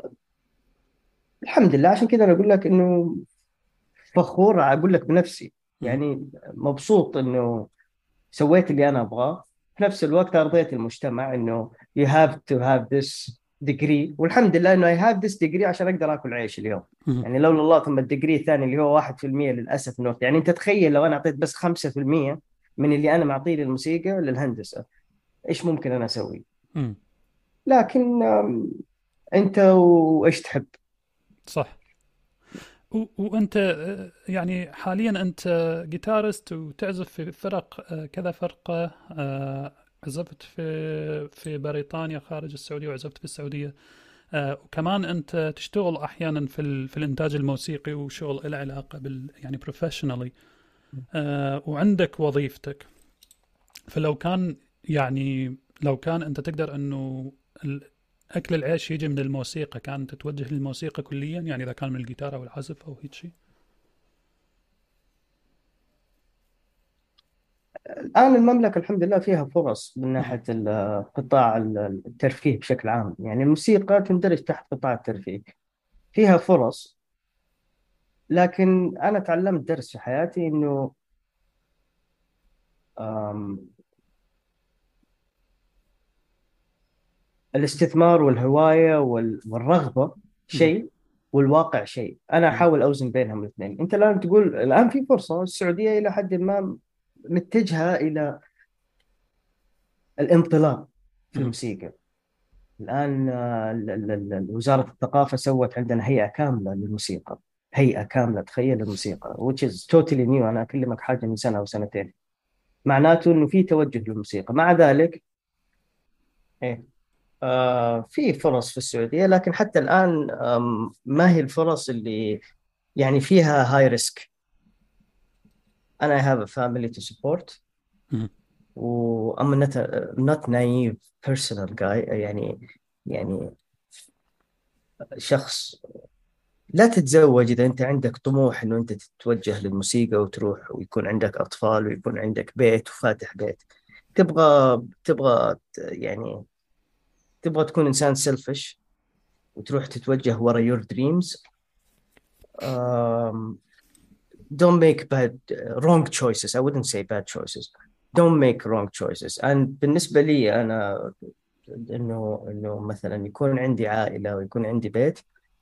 الحمد لله. عشان كذا أنا أقول لك إنه فخور، أقول لك بنفسي مم. يعني. مبسوط إنه سويت اللي أنا أبغاه. في نفس الوقت أرضيت المجتمع إنه you have to have this degree، والحمد لله إنه I have this degree عشان أقدر آكل عيش اليوم. مم. يعني لولا الله ثم الديجري الثاني اللي هو واحد في المية للأسف إنه يعني أنت تخيل لو أنا أعطيت بس خمسة في المية من اللي أنا معطيه للموسيقى للهندسة إيش ممكن أنا أسوي. مم. لكن آم، أنت وإيش تحب. صح. و- وانت آه، يعني حاليا انت جيتارست وتعزف في فرق آه، كذا فرقة آه، عزفت في في بريطانيا خارج السعودية وعزفت في السعودية آه، وكمان انت تشتغل احيانا في ال- في الانتاج الموسيقي وشغل له علاقة بال يعني بروفيشنالي وعندك وظيفتك. فلو كان يعني لو كان انت تقدر انه ال- اكل العيش يجي من الموسيقى، كان تتوجه للموسيقى كليا يعني اذا كان من الجيتار او العزف او هيك شيء؟ الآن المملكة الحمد لله فيها فرص من ناحية ال- قطاع ال- الترفيه بشكل عام. يعني الموسيقى تندرج تحت قطاع الترفيه، فيها فرص. لكن أنا تعلمت درس في حياتي إنه آم، الاستثمار والهواية وال- والرغبة مم. شيء، والواقع شيء. أنا مم. أحاول أوزن بينهم الاثنين. أنت الآن تقول الآن في فرصة، السعودية إلى حد ما متجهة إلى الانطلاق في مم. الموسيقى. الآن آه، ال- ال- ال- وزارة الثقافة سوت عندنا هيئة كاملة للموسيقى. هيئة كاملة، تخيل، الموسيقى which is totally new. أنا أكلمك حاجة من سنة أو سنتين. معناته إنه في توجه للموسيقى. مع ذلك إيه آه في فرص في السعودية، لكن حتى الآن آم، ما هي الفرص اللي يعني فيها هاي ريسك. أنا I have a family to support، مم. و I'm not a, not naive personal guy يعني. يعني شخص لا تتزوج إذا أنت عندك طموح إنه أنت تتوجه للموسيقى وتروح ويكون عندك أطفال ويكون عندك بيت وفاتح بيت. تبغى تبغى ت- يعني تبغى تكون إنسان سيلفش وتروح تتوجه ورا your dreams. um, don't make bad wrong choices. I wouldn't say bad choices. Don't make wrong choices. and بالنسبة لي أنا إنه إنه مثلا يكون عندي عائلة ويكون عندي بيت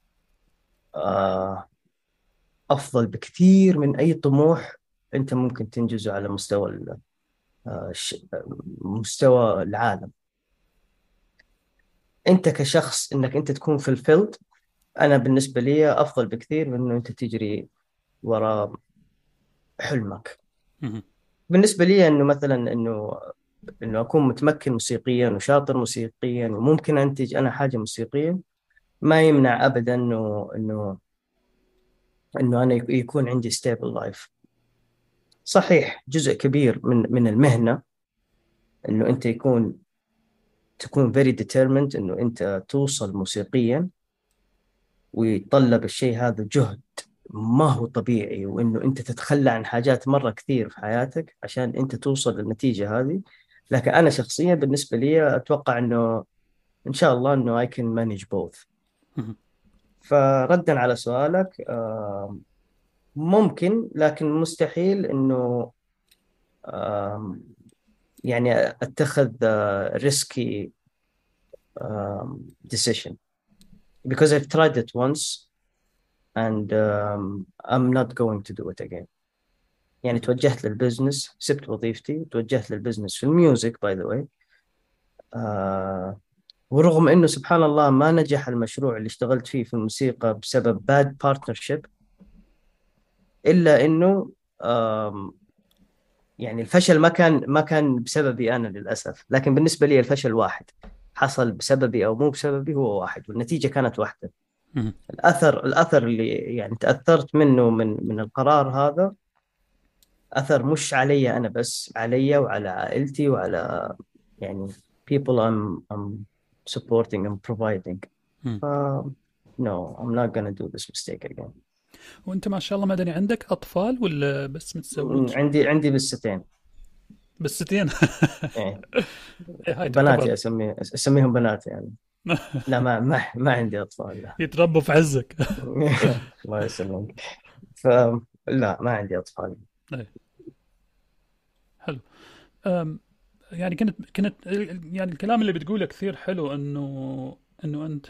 آه، أفضل بكثير من أي طموح أنت ممكن تنجزه على مستوى ال- آه، الش- مستوى العالم. أنت كشخص إنك أنت تكون في الفيلد، أنا بالنسبة لي أفضل بكثير من إنه أنت تجري وراء حلمك. مهم. بالنسبة لي إنه مثلا إنه إنه أكون متمكن موسيقيا وشاطر موسيقيا وممكن أنتج أنا حاجة موسيقية، ما يمنع أبدا إنه إنه إنه أنا يكون عندي stable life. صحيح جزء كبير من من المهنة إنه أنت يكون تكون very determined إنه أنت توصل موسيقيا، ويتطلب الشيء هذا جهد ما هو طبيعي، وإنه أنت تتخلى عن حاجات مرة كثير في حياتك عشان أنت توصل للنتيجة هذه. لكن أنا شخصيا بالنسبة لي أتوقع إنه إن شاء الله إنه I can manage both. مهم. فردا على سؤالك، آه، ممكن لكن مستحيل إنه آه، يعني أتخذ risky um, decision because I've tried it once and um, I'm not going to do it again. يعني مهم. توجهت للبزنس، سبت وظيفتي توجهت للبزنس في الميوزك باي ذا واي. ورغم انه سبحان الله ما نجح المشروع اللي اشتغلت فيه في الموسيقى بسبب باد بارتنرشيب، الا انه آم، يعني الفشل ما كان ما كان بسببي انا للاسف، لكن بالنسبه لي الفشل واحد، حصل بسببي او مو بسببي هو واحد والنتيجه كانت واحده. مهم. الاثر الاثر اللي يعني تاثرت منه من من القرار هذا اثر مش علي انا بس، علي وعلى عائلتي وعلى يعني people I'm I'm supporting and providing. مهم. ف no I'm not gonna do this mistake again. وانت ما شاء الله مدني عندك اطفال ولا بس م- متزوج؟ عندي عندي بالستين. بالستين. ايه إيه، هاي تعتبر. بناتي اسمي اسميهم بنات يعني. لا ما ما ما عندي اطفال لا. يتربوا في عزك. الله يسلمك. ف لا ما عندي اطفال. إيه، حلو. أم، يعني كنت كنت يعني الكلام اللي بتقوله كثير حلو، انه انه انت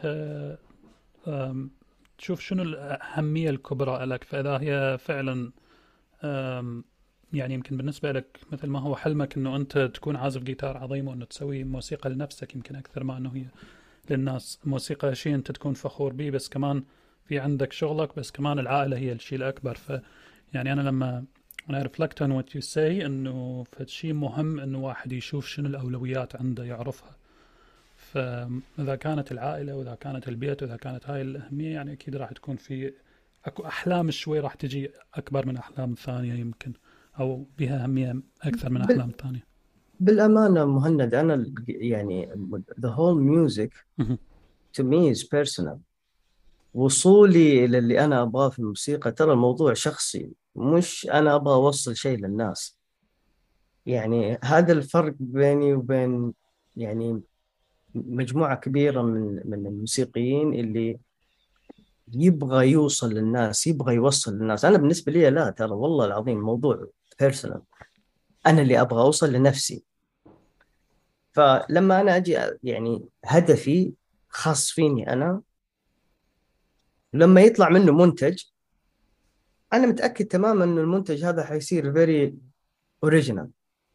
أم، تشوف شنو الأهمية الكبرى لك، فإذا هي فعلا أم، يعني يمكن بالنسبة لك مثل ما هو حلمك انه انت تكون عازف جيتار عظيم وانه تسوي موسيقى لنفسك، يمكن اكثر ما انه هي للناس. موسيقى شيء انت تكون فخور به، بس كمان في عندك شغلك، بس كمان العائلة هي الشيء الأكبر. ف يعني أنا لما أنا reflect on what you say إنه فشيء مهم إنه واحد يشوف شنو الأولويات عنده يعرفها. فإذا كانت العائلة وإذا كانت البيت وإذا كانت هاي الأهمية، يعني أكيد راح تكون في أكو أحلام شوي راح تجي أكبر من أحلام ثانية يمكن، أو بها أهمية أكثر من بال... أحلام ثانية. بالامانه مهند انا ال- يعني the whole music مهم. to me is personal. وصولي إلى اللي أنا أبغاه في الموسيقى ترى الموضوع شخصي، مش أنا أبغى أوصل شيء للناس. يعني هذا الفرق بيني وبين يعني مجموعة كبيرة من من الموسيقيين اللي يبغى يوصل للناس، يبغى يوصل للناس. أنا بالنسبة لي لا، ترى والله العظيم موضوع بيرسونال، أنا اللي أبغى أوصل لنفسي. فلما أنا أجي يعني هدفي خاص فيني أنا، لما يطلع منه منتج أنا متأكد تماما إنه المنتج هذا حيصير very original،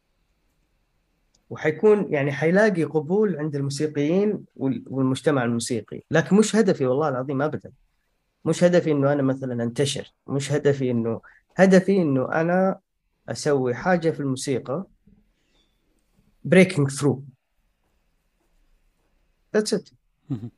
وحيكون يعني حيلاقي قبول عند الموسيقيين وال- والمجتمع الموسيقي. لكن مش هدفي والله العظيم ابدا، مش هدفي انه انا مثلا انتشر، مش هدفي انه، هدفي انه انا اسوي حاجه في الموسيقى breaking through. That's it. مهم.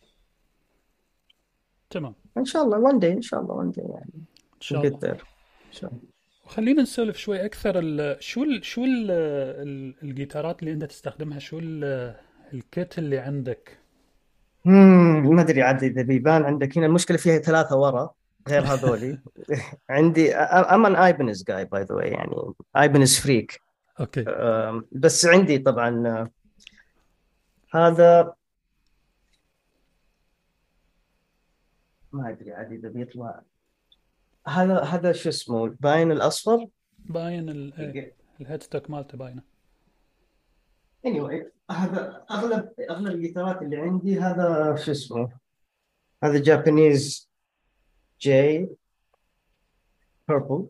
تمام. ان شاء الله one day، ان شاء الله one day يعني إن we'll شاء get الله. there ان شاء الله. وخلينا نسولف شوي أكثر. ال شو ال شو ال ال الجيتارات اللي أنت تستخدمها، شو ال الكيت اللي عندك؟ مم، ما ادري عاد اذا بيبان عندك هنا. المشكله فيها ثلاثه ورا غير هذولي. عندي ام ان ايبنز جاي باي ذا واي، يعني ايبنز فريك. اوكي. بس عندي طبعا آه، هذا ما ادري عاد اذا بيطلع. هذا هذا شو اسمه باين الاصفر. باين ال إيه، الهيدستوك مالته باينه. anyway هذا اغلب اغلب الجيتارات اللي عندي. هذا شو اسمه، هذا جابانيز جي بيربل.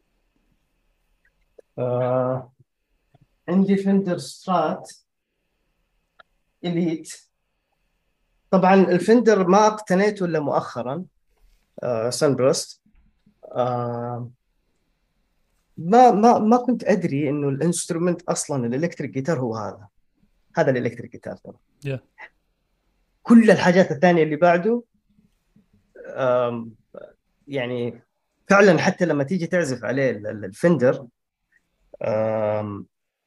آه عندي فندر سترات إليت. طبعا الفندر ما اقتنيته الا مؤخرا. آه سانبرست. آه ما ما ما كنت ادري انه الانسترومنت اصلا الالكتريك جيتار هو هذا. هذا الالكتريك جيتار ترى. yeah. كل الحاجات الثانيه اللي بعده آم، يعني فعلا حتى لما تيجي تعزف عليه ال- ال- الفندر، آم،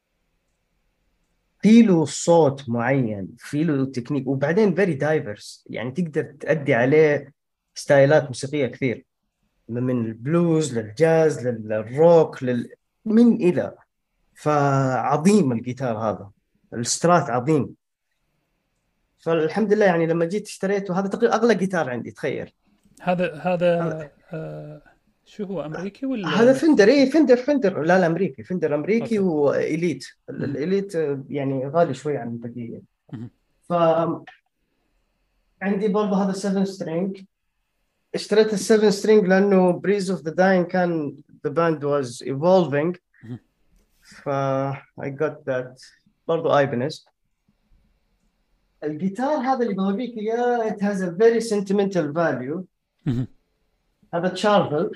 في له صوت معين، في له تكنيك، وبعدين فيري دايفرس، يعني تقدر تأدي عليه ستايلات موسيقية كثير، من البلوز للجاز للروك لل... من إلى. فعظيم الجيتار هذا، السترات عظيم. فالحمد لله يعني لما جيت اشتريته، هذا تقريبا أغلى جيتار عندي تخيل. هذا هذا آه شو هو، امريكي هذا ولا؟ فندر، اي فندر فندر لا لا امريكي، فندر امريكي اوكي. واليت. مهم. الاليت يعني غالي شوي عن البقيه. مهم. فعندي برضه هذا سبعة سترينج. اشتريت السبعة سترينج لانه بريز اوف ذا داين كان the band was evolving. مهم. ف I got that. برضه ايبنز. الجيتار هذا اللي بوريك اياه it has a very sentimental value. مهم. هذا تشارفل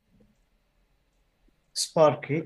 سباركي.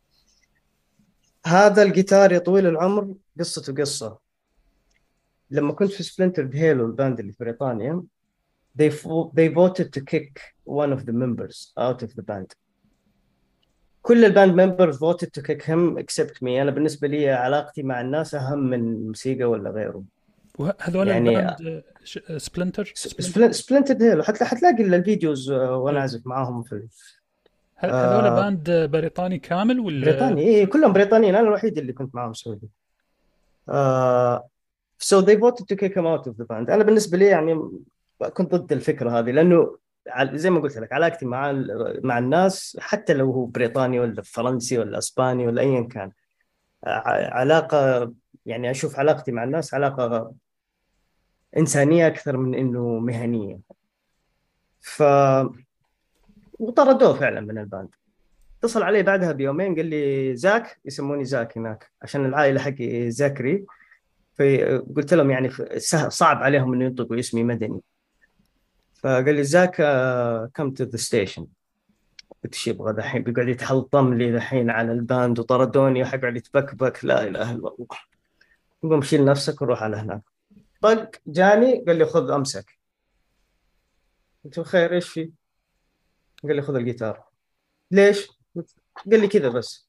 هذا الجيتار يا طويل العمر قصته قصة. لما كنت في سبلنتر هيلو الباند اللي في بريطانيا، they fo- they voted to kick one of the members out of the band. كل الباند members voted to kick him except me. أنا بالنسبة لي علاقتي مع الناس أهم من الموسيقى ولا غيره. وهذول يعني الباند آه، ش- آه، سبلنتر سبلنتر سبلنتر هيلو حتى حتلاقي الفيديوز آه، وأنا إيه. أعزف معاهم في ه- هذول آه باند آه، بريطاني كامل ولا؟ بريطانيا. إيه كلهم بريطانيين، أنا الوحيد اللي كنت معهم سعودي. آه so they voted to kick him out of the band. انا بالنسبه لي يعني كنت ضد الفكره هذه، لانه عل- زي ما قلت لك علاقتي مع ال- مع الناس، حتى لو هو بريطاني ولا فرنسي ولا اسباني ولا ايا كان، ع- علاقه، يعني اشوف علاقتي مع الناس علاقه انسانيه اكثر من انه مهنيه. ف وطردوه فعلا من الباند. اتصل علي بعدها بيومين قال لي زاك، يسموني زاك هناك عشان العائله حقي زاكري. فقلت لهم يعني سه- صعب عليهم انه ينطقوا اسمي مدني. فقال لي زاك كم تو ذا ستيشن. قلت ايش يبغى دحين، بيقعد يتحلطم لي دحين على الباند وطردوني وحقعد يتبكبك، لا اله الا الله. قوم شيل نفسك وروح على هناك. طق جاني قال لي خذ امسك. قلت له خير ايش في؟ قال لي خذ الجيتار. ليش؟ قال لي كذا بس.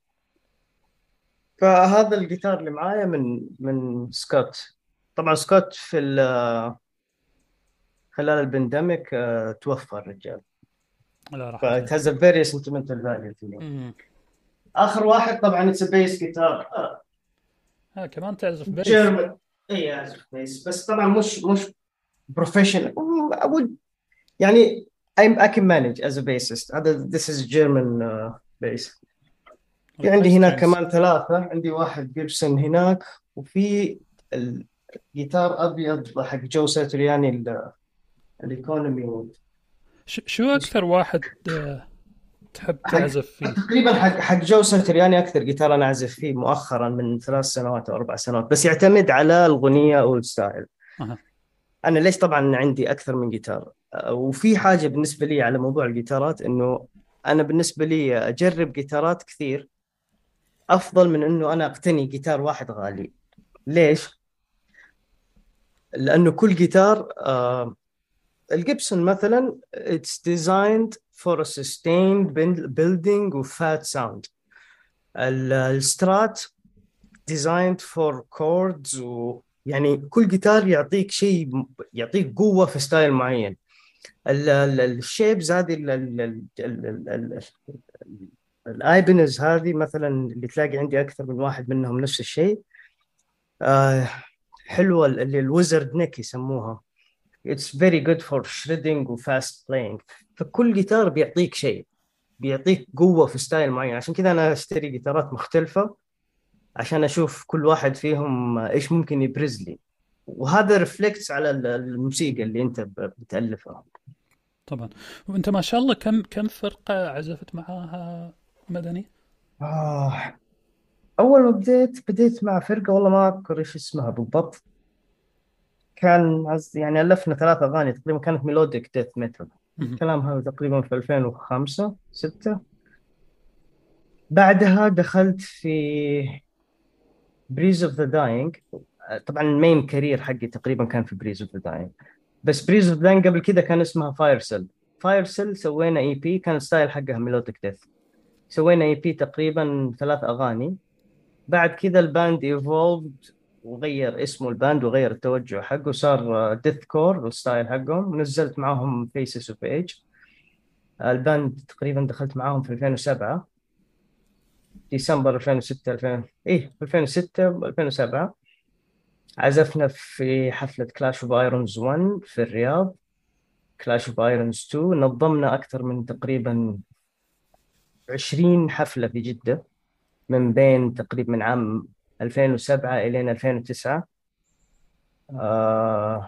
فهذا الجيتار اللي معايا من من سكوت. طبعا سكوت في ال- خلال البندمك آه، توفى الرجال. لا راحت ف له. it has a very sentimental value to me. مم. اخر واحد طبعا اتس بيس جيتار ها كمان تعزف بيس؟ جيرمان. اي اعزف بيس بس طبعا مش مش بروفيشنال. يعني I, I can manage as a bassist. هذا this is German uh, bass. في الهاي عندي هناك سترينجز. كمان ثلاثة. عندي واحد جيبسون هناك، وفي الجيتار أبيض حق جو ساترياني ال- الإيكونومي. شو اكثر واحد آه، تحب حق تعزف فيه؟ تقريبا حق حق جو ساترياني أكثر جيتار أنا أعزف فيه مؤخرا من ثلاث سنوات أو أربع سنوات، بس يعتمد على الأغنية أو الستايل. أها. انا ليش طبعا عندي اكثر من جيتار. أه، وفي حاجه بالنسبه لي على موضوع الجيتارات، انه انا بالنسبه لي اجرب جيتارات كثير افضل من انه انا اقتني جيتار واحد غالي. ليش؟ لانه كل جيتار آه الجيبسون مثلا it's designed for a sustained building و fat sound. ال- السترات designed for chords و يعني كل جيتار يعطيك شيء، يعطيك قوة في ستايل معين. ال- ال- الشيبز هذه، ال- ال- ال- ال- ال- ال- الايبنز هذه مثلا، اللي تلاقي عندي اكثر من واحد منهم نفس الشيء. آه حلوة، اللي الويزرد نيك يسموها. It's very good for shredding و fast playing. فكل جيتار بيعطيك شيء، بيعطيك قوة في ستايل معين. عشان كذا أنا أشتري جيتارات مختلفة عشان أشوف كل واحد فيهم إيش ممكن يبرز لي، وهذا ريفلكتس على ال- الموسيقى اللي أنت ب- بتألفها. طبعا. وانت ما شاء الله كم كم فرقة عزفت معاها مدني؟ آه أول ما بديت بديت مع فرقة، والله ما أذكر إيش اسمها بالضبط. كان عز- يعني ألفنا ثلاث أغاني تقريبا، كانت ميلوديك ديث ميتال. مهم. الكلام هذا تقريبا في ألفين وخمسة ستة. بعدها دخلت في بريز اوف ذا داينج. طبعا المين كارير حقي تقريبا كان في بريز اوف ذا داينج، بس بريز اوف ذا داينج قبل كذا كان اسمها فاير سيل. فاير سيل سوينا اي بي، كان الستايل حقها ميلوديك ديث. سوينا اي بي تقريبا ثلاث اغاني. بعد كذا الباند ايفولد، وغير اسمه الباند وغير التوجه حقه، صار ديث كور الستايل حقهم. نزلت معاهم فيسز اوف ايج. الباند تقريبا دخلت معاهم في ألفين وسبعة، ديسمبر ألفين وستة، ألفين ايه ألفين وستة ألفين وسبعة. عزفنا في حفلة كلاش اوف ايرونز واحد في الرياض، كلاش اوف ايرونز اثنين. نظمنا أكثر من تقريبا عشرين حفلة في جدة، من بين تقريبا من عام ألفين وسبعة إلى ألفين وتسعة. آه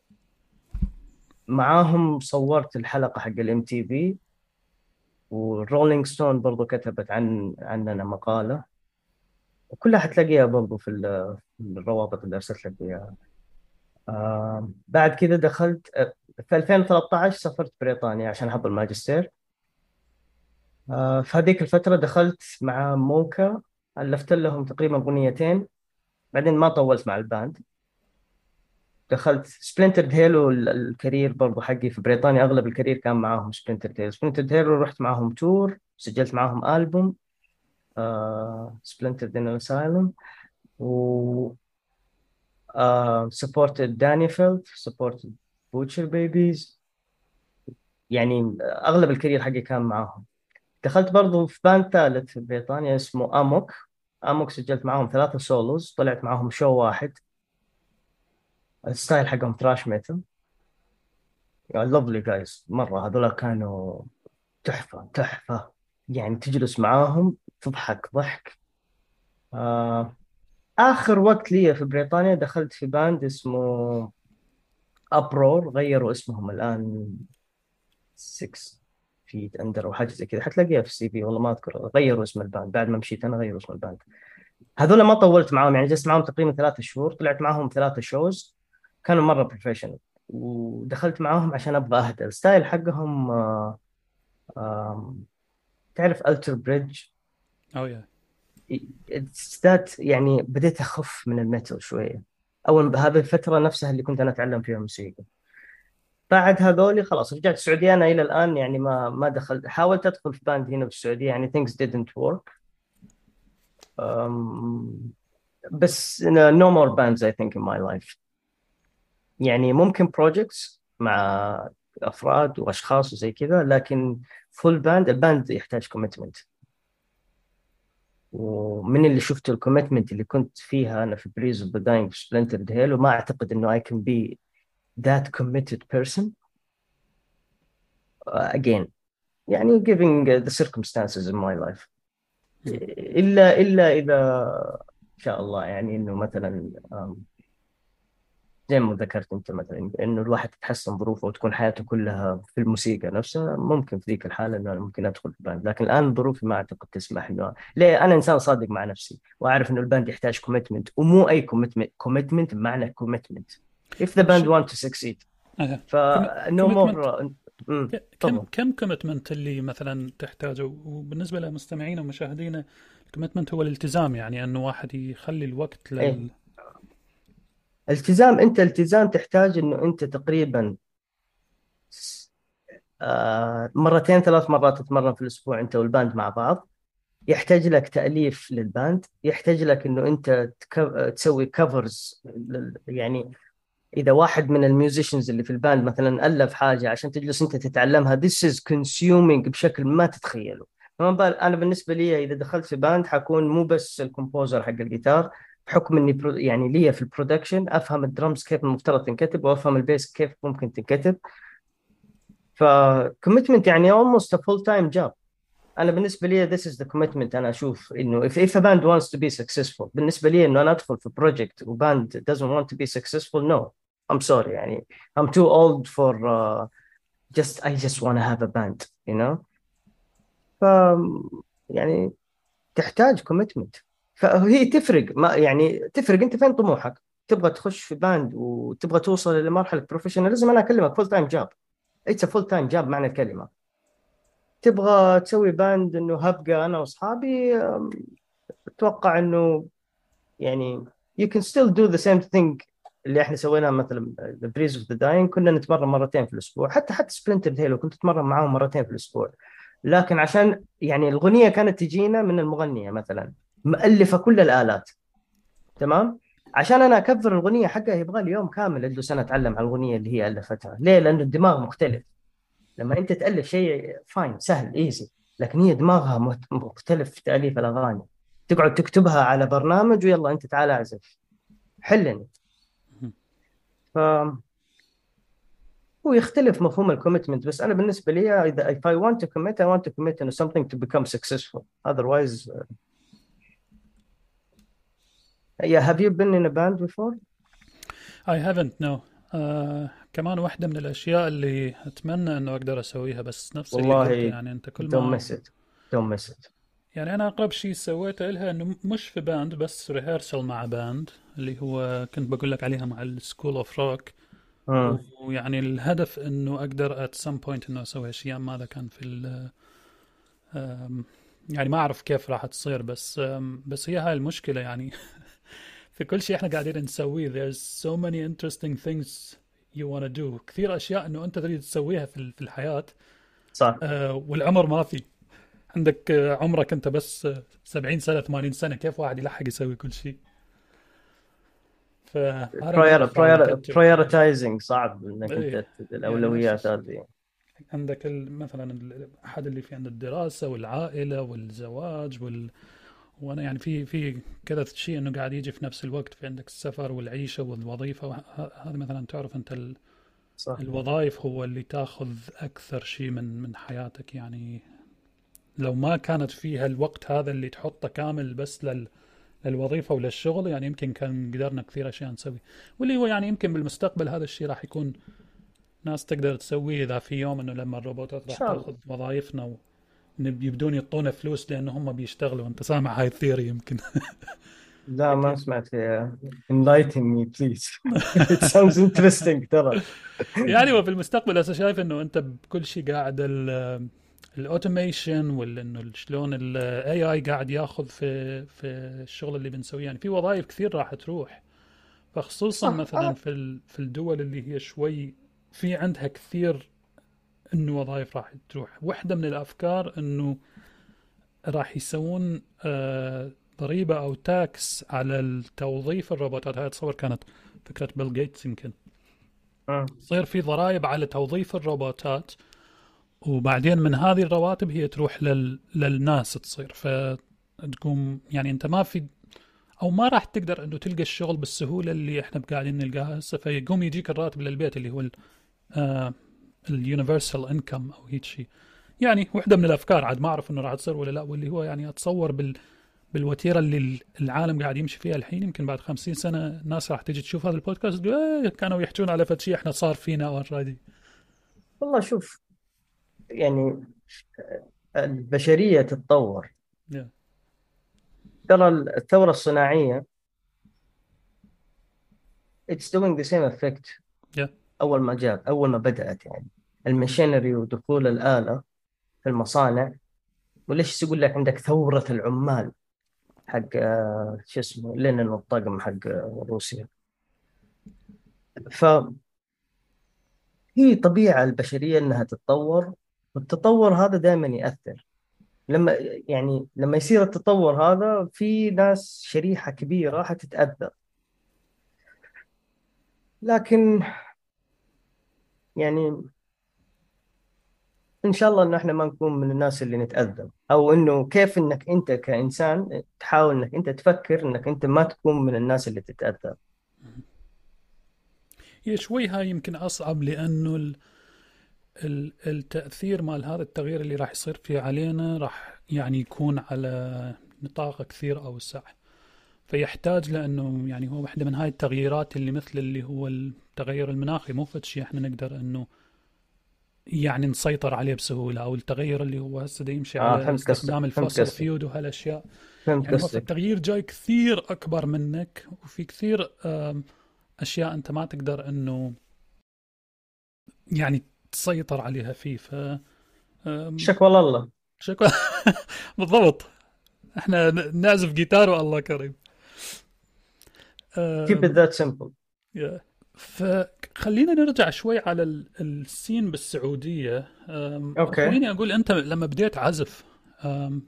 معاهم صورت الحلقة حق الام تي في، والرولينج ستون برضو كتبت عن عننا مقالة، وكلها حتلاقيها برضو في ال- في الروابط اللي أرسلت لك إياها. آه بعد كذا دخلت آه، في ألفين وثلاثة عشر سافرت بريطانيا عشان أحضر الماجستير. آه في هذيك الفترة دخلت مع موكا، ألفت لهم تقريبا أغنيتين. بعدين ما طولت مع الباند. دخلت سبلنترد هيلو. الكارير برضو حقي في بريطانيا أغلب الكارير كان معاهم سبلنترد هيلو. سبلنترد هيلو رحت معاهم تور، سجلت معاهم ألبوم آه سبلنترد إن أسايلم. و آه سبورتد دانيفيلد، سبورتد بوتشر بيبيز. يعني أغلب الكارير حقي كان معاهم. دخلت برضو في باند ثالث في بريطانيا اسمه اموك. اموك سجلت معاهم ثلاثة سولوز، طلعت معاهم شو واحد. الستايل حقهم تراش ميتال. لوفلي جايز مرة، هذول كانوا تحفة تحفة. يعني تجلس معاهم تضحك ضحك. آه آخر وقت لي في بريطانيا دخلت في باند اسمه أبرور، غيروا اسمهم الآن ستة فيت أندر أو حاجة زي كذا، حتلاقيها في السي في. والله ما أذكر، غيروا اسم الباند بعد ما مشيت أنا، غيروا اسم الباند. هذول ما طولت معاهم، يعني جلست معاهم تقريبا ثلاثة شهور. طلعت معاهم ثلاثة شوز، كانوا مرة بروفيشنال. ودخلت معاهم عشان أبغى أهدى. الستايل حقهم آه آه تعرف ألتر بريدج؟ أو يا. ذات يعني بديت أخف من الميتال شوية. أول بهذه الفترة نفسها اللي كنت أنا أتعلم فيها موسيقى. بعد هذولي خلاص رجعت السعودية. أنا إلى الآن يعني ما ما دخلت، حاولت أدخل في باند هنا في السعودية، يعني things didn't work. um, بس no more bands I think in my life. يعني ممكن بروجكتس مع افراد واشخاص وزي كذا، لكن فول باند، الباند يحتاج كوميتمنت. ومن اللي شفت الكوميتمنت اللي كنت فيها انا في بريز اوف ذا داينج سبلنترد هيل، وما اعتقد انه I can be that committed person uh, again. يعني giving the circumstances in my life. مهم. الا الا اذا ان شاء الله، يعني انه مثلا um, زي ما ذكرت انت مثلا، انه الواحد تتحسن ظروفه وتكون حياته كلها في الموسيقى نفسها، ممكن في ذيك الحاله انه أنا ممكن ادخل في باند. لكن الان ظروفي ما اعتقد تسمح انه، ليه؟ انا انسان صادق مع نفسي، واعرف انه الباند يحتاج كوميتمنت، ومو اي كوميتمنت، كوميتمنت بمعنى كوميتمنت. if the طب ش... band want to succed. آه. ف no كوميتمنت. more. امم كم تفضل. كم كوميتمنت اللي مثلا تحتاجه؟ وبالنسبة لمستمعينا ومشاهدينا، الكوميتمنت هو الالتزام، يعني انه واحد يخلي الوقت ايه لل. التزام. انت التزام تحتاج انه انت تقريبا آه مرتين ثلاث مرات تتمرن في الاسبوع انت والباند مع بعض. يحتاج لك تأليف للباند، يحتاج لك انه انت تك- تسوي كفرز. يعني اذا واحد من الميوزيشنز اللي في الباند مثلا ألف حاجة عشان تجلس انت تتعلمها، this is consuming بشكل ما تتخيله. فما بال انا بالنسبة لي اذا دخلت في باند حكون مو بس الكومبوزر حق الجيتار، بحكم اني برو يعني لي في البرودكشن، افهم الدرمز كيف المفترض تنكتب، وافهم البيس كيف ممكن تنكتب. فكوميتمنت يعني almost a full time job. انا بالنسبه لي this is the commitment. انا اشوف انه if, if a band wants to be successful، بالنسبه لي انه انا ادخل في project وباند doesn't want to be successful, no I'm sorry يعني I'm too old for uh, just I just want to have a band, you know. ف يعني تحتاج commitment. فهي تفرق، ما يعني تفرق انت فين طموحك. تبغى تخش في باند وتبغى توصل لمرحله بروفيشناليزم، انا اكلمك فول تايم جاب. اتس فول تايم جاب معنى الكلمه. تبغى تسوي باند انه هبقى انا واصحابي، اتوقع انه يعني you can still do the same thing اللي احنا سويناه مثلا The Breeze of the Dying. كنا نتمرن مرتين في الاسبوع، حتى حتى سبلنتر هيلو كنت اتمرن معاهم مرتين في الاسبوع. لكن عشان يعني الأغنية كانت تجينا من المغنية مثلا مؤلفة كل الآلات، تمام. عشان انا اكفر الاغنيه حقها يبغى لي يوم كامل ادرس انا اتعلم على الاغنيه اللي هي الفتها. ليه؟ لانه الدماغ مختلف. لما انت تالف شيء فاين سهل ايزي، لكن هي دماغها مت- مختلف في تاليف الاغاني. تقعد تكتبها على برنامج ويلا انت تعال اعزف حلني. فهو يختلف مفهوم الكوميتمنت. بس انا بالنسبه لي اذا if I want to commit I want to commit in something to become successful. Otherwise uh, yeah. Have you been in a band before? I haven't no. آه كمان واحدة من الأشياء اللي أتمنى إنه أقدر أسويها، بس نفس اللي قلته والله يعني أنت كل don't ما miss it. Don't miss it. يعني أنا أقرب شيء سويته إلها إنه مش في باند بس ريهرسل مع باند اللي هو كنت بقول لك عليها مع السكول اوف روك. مم. ويعني الهدف إنه أقدر at some point إنه أسوي أشياء، ماذا كان في ال آم، يعني ما أعرف كيف راح تصير، بس آم، بس هي هاي المشكلة يعني. في كل شيء احنا قاعدين نسويه there's so many interesting things you wanna do، كثير أشياء إنه أنت تريد تسويها في ال- في الحياة. صح. آه، والعمر ما في عندك، آه، عمرك أنت بس آه، سبعين سنة ثمانين سنة، كيف واحد يلحق يسوي كل شيء؟ ف I don't know prior, if I'll prior, get to it. prioritizing صعب انك إيه انت يعني الاولويات نفس هذه. عندك ال- مثلا ال- أحد اللي في عند الدراسة والعائلة والزواج وال... وانا يعني في في كذا شيء انه قاعد يجي في نفس الوقت، في عندك السفر والعيشه والوظيفه وه- هذا مثلا تعرف انت ال... صح. الوظائف هو اللي تاخذ اكثر شيء من من حياتك يعني. لو ما كانت فيها الوقت هذا اللي تحطه كامل بس لل للوظيفه وللشغل، يعني يمكن كان قدرنا كثير اشياء نسوي. واللي هو يعني يمكن بالمستقبل هذا الشيء راح يكون ناس تقدر تسويه، اذا في يوم انه لما الروبوتات ان راح شاء الله. تاخذ وظائفنا ويبدون يعطونا فلوس لانه هم بيشتغلوا. انت سامع هاي الثيوري يمكن؟ لا ما سمعت فيها. enlighten me please. it sounds interesting ترى. يعني وفي المستقبل هسه شايف انه انت بكل شيء قاعد الاوتوميشن وانه شلون الاي اي قاعد ياخذ في في الشغل اللي بنسويه، يعني في وظائف كثير راح تروح. فخصوصا صح. مثلا آه. في ال- في الدول اللي هي شوي في عندها كثير انه وظائف راح تروح. واحده من الافكار انه راح يسوون آه، ضريبه او تاكس على التوظيف الروبوتات. هاي اتصور كانت فكره بيل جيتس يمكن. آه. يصير في ضرائب على توظيف الروبوتات، وبعدين من هذه الرواتب هي تروح لل... للناس تصير. فتقوم يعني انت ما في او ما راح تقدر انه تلقى الشغل بالسهوله اللي احنا قاعدين نلقاها هسه. فيقوم يجيك الراتب للبيت اللي هو اليونيفرسال انكم او هيك شيء. يعني واحده من الافكار، عاد ما اعرف انه راح تصير ولا لا، واللي هو يعني اتصور بال بالوتيره اللي العالم قاعد يمشي فيها الحين، يمكن بعد خمسين سنه الناس راح تيجي تشوف هذا البودكاست تقول ايه كانوا يحجون على فد شيء احنا صار فينا اوريدي. والله شوف يعني البشرية تتطور. yeah. ترى الثورة الصناعية it's doing the same effect. yeah. أول ما جاء أول ما بدأت يعني الماشينري ودخول الآلة في المصانع. وليش يقول لك عندك ثورة العمال حق آه، شو اسمه لينين والطقم حق آه، روسيا. فهي طبيعة البشرية إنها تتطور، والتطور هذا دائما يأثر. لما يعني لما يصير التطور هذا في ناس شريحة كبيرة حتتأثر، لكن يعني إن شاء الله إنه إحنا ما نكون من الناس اللي نتأذى، أو إنه كيف إنك أنت كإنسان تحاول إنك أنت تفكر إنك أنت ما تكون من الناس اللي تتأذى. هي شوي هاي يمكن أصعب، لأنه ال- ال- التأثير مال هذا التغيير اللي راح يصير فيه علينا راح يعني يكون على نطاق كثير أوسع، فيحتاج لأنه يعني هو واحدة من هاي التغييرات اللي مثل اللي هو التغير المناخي، مو فد شيء احنا نقدر انه يعني نسيطر عليه بسهولة، او التغير اللي هو هسه دا يمشي آه على فهمت قصدك، استخدام فهمت الفوسل قصدك، فيود وهالاشياء. فهمت يعني هو قصدك. فالتغيير جاي كثير اكبر منك، وفي كثير آم، اشياء انت ما تقدر انه يعني تسيطر عليها فيه. ف آم، شكوى الله. شكرا. بالضبط، احنا ن- نعزف جيتار والله كريم. keep it آم، that simple. يا. فخلينا نرجع شوي على ال- السين بالسعودية. أم، أوكي. خليني أقول أنت لما بديت عزف، أم،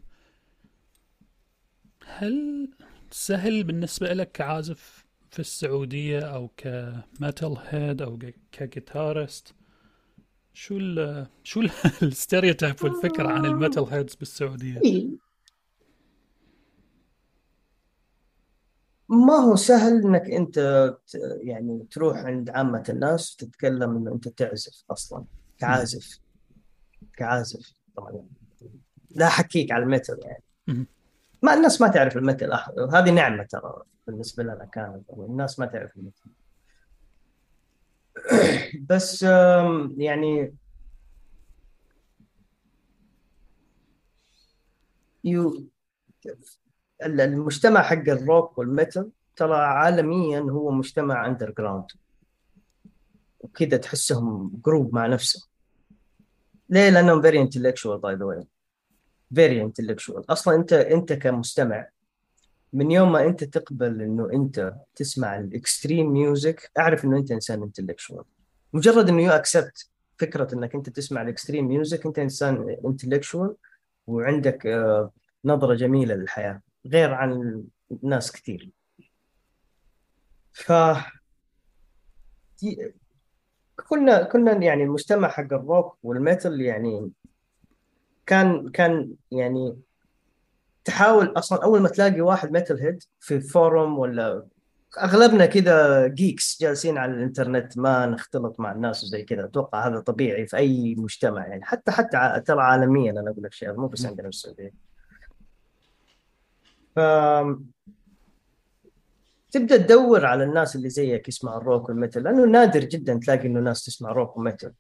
هل سهل بالنسبة لك كعازف في السعودية أو كميتال هيد أو ك- كجيتارست؟ شو ال شو ال- الستيreotype والفكرة عن الميتال هيدز بالسعودية؟ إيه، ما هو سهل انك انت ت- يعني تروح عند عامة الناس وتتكلم انه انت تعزف اصلا مم. كعازف، كعازف طبعا. لا احكيك على الميتال يعني، مم. ما الناس ما تعرف الميتال، أح- هذه نعمة ترى بالنسبة لنا كانت، الناس ما تعرف الميتال. بس آم، يعني يو ال- المجتمع حق الروك والميتال ترى عالميا هو مجتمع اندر جراوند، وكذا تحسهم جروب مع نفسهم. ليه؟ لانهم very intellectual by the way. very intellectual اصلا. انت انت كمستمع من يوم ما انت تقبل انه انت تسمع الاكستريم ميوزك، اعرف انه انت انسان انتلكشوال. مجرد انه يو اكسبت فكره انك انت تسمع الاكستريم ميوزك، انت انسان انتلكشوال وعندك آه، نظره جميله للحياه غير عن ناس كثير. ف كنا كنا يعني المجتمع حق الروك والميتال يعني كان كان يعني تحاول اصلا اول ما تلاقي واحد ميتال هيد في فورم، ولا اغلبنا كذا جيكس جالسين على الانترنت ما نختلط مع الناس وزي كذا، اتوقع هذا طبيعي في اي مجتمع يعني، حتى حتى ع- ترى عالميا انا اقول لك شيء مو بس عندنا في السعوديه. فتبدا تدور على الناس اللي زيك يسمعوا الروك والميتال، لانه نادر جدا تلاقي انه ناس تسمع روك وميتال.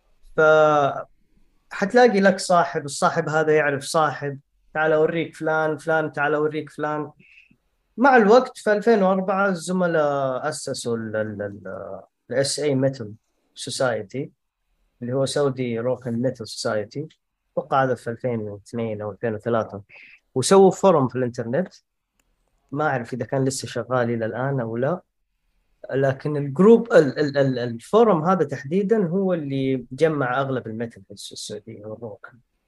فحتلاقي لك صاحب، الصاحب هذا يعرف صاحب، تعال اوريك فلان، فلان تعال اوريك فلان. مع الوقت في ألفين وأربعة الزملاء أسسوا الاس اي ميتال سوسايتي، اللي هو سعودي روك اند ميتال سوسايتي. اتوقع هذا في ألفين واثنين او ألفين وثلاثة، وسووا فورم في الانترنت. ما اعرف اذا كان لسه شغال الى الان او لا، لكن الجروب ال ال ال الفورم هذا تحديدا هو اللي جمع اغلب الميتال في السعوديه والروك.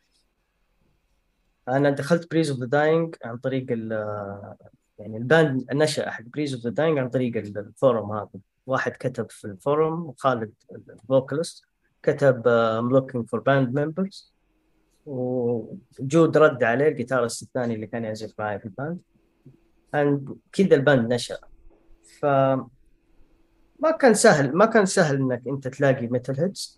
انا دخلت بريز اوف ذا داينج عن طريق ال يعني الباند نشأ حق بريز اوف ذا داينج عن طريق الفورم هذا. واحد كتب في الفورم، خالد الفوكالست، كتب uh, I'm looking for band members، وجود رد عليه الجيتارست الثاني اللي كان يعزف معي في الباند، and كذا الباند نشأ. فما كان سهل، ما كان سهل انك انت تلاقي ميتال هيدز،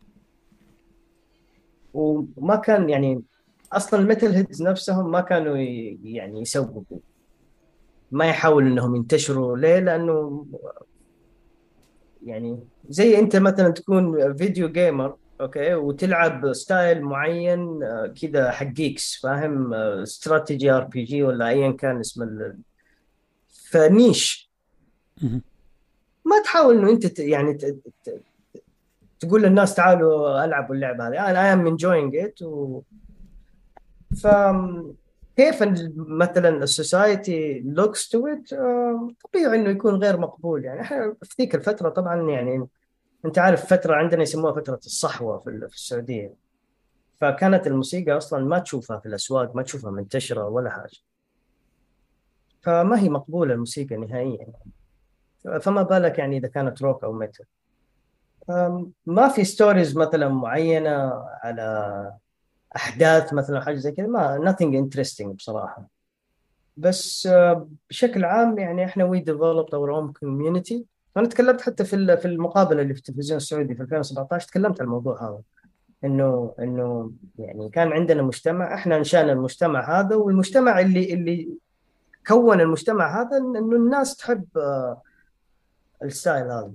وما كان يعني اصلا الميتال هيدز نفسهم ما كانوا ي- يعني يسوقوا، ما يحاولوا انهم ينتشروا. ليه؟ لانه يعني زي انت مثلا تكون فيديو جيمر اوكي وتلعب ستايل معين آه، كذا حق جيكس، فاهم؟ استراتيجي ار بي جي ولا ايا كان اسم ال- فنيش. مهم. ما تحاول انه انت ت- يعني ت- ت- تقول للناس تعالوا العبوا اللعبه هذه، انا اي ام انجوينج ات. ف كيف ال- مثلا السوسايتي لوكس تو ات، طبيعي انه يكون غير مقبول. يعني احنا في ذيك الفتره طبعا يعني انت عارف فتره عندنا يسموها فتره الصحوه في ال- في السعوديه. فكانت الموسيقى أصلا ما تشوفها في الأسواق، ما تشوفها منتشرة ولا حاجة، فما هي مقبولة الموسيقى نهائيا. فما بالك يعني إذا كانت روك أو ميتال. ما في ستوريز مثلا معينة على أحداث مثلا حاجة زي كذا، ما nothing interesting بصراحة. بس آه، بشكل عام يعني احنا we developed our own community. انا تكلمت حتى في ال- في المقابله اللي في التلفزيون السعودي في ألفين وسبعطعش، تكلمت عن الموضوع هذا، انه انه يعني كان عندنا مجتمع، احنا انشانا المجتمع هذا، والمجتمع اللي اللي كون المجتمع هذا انه الناس تحب آه، الستايل هذا.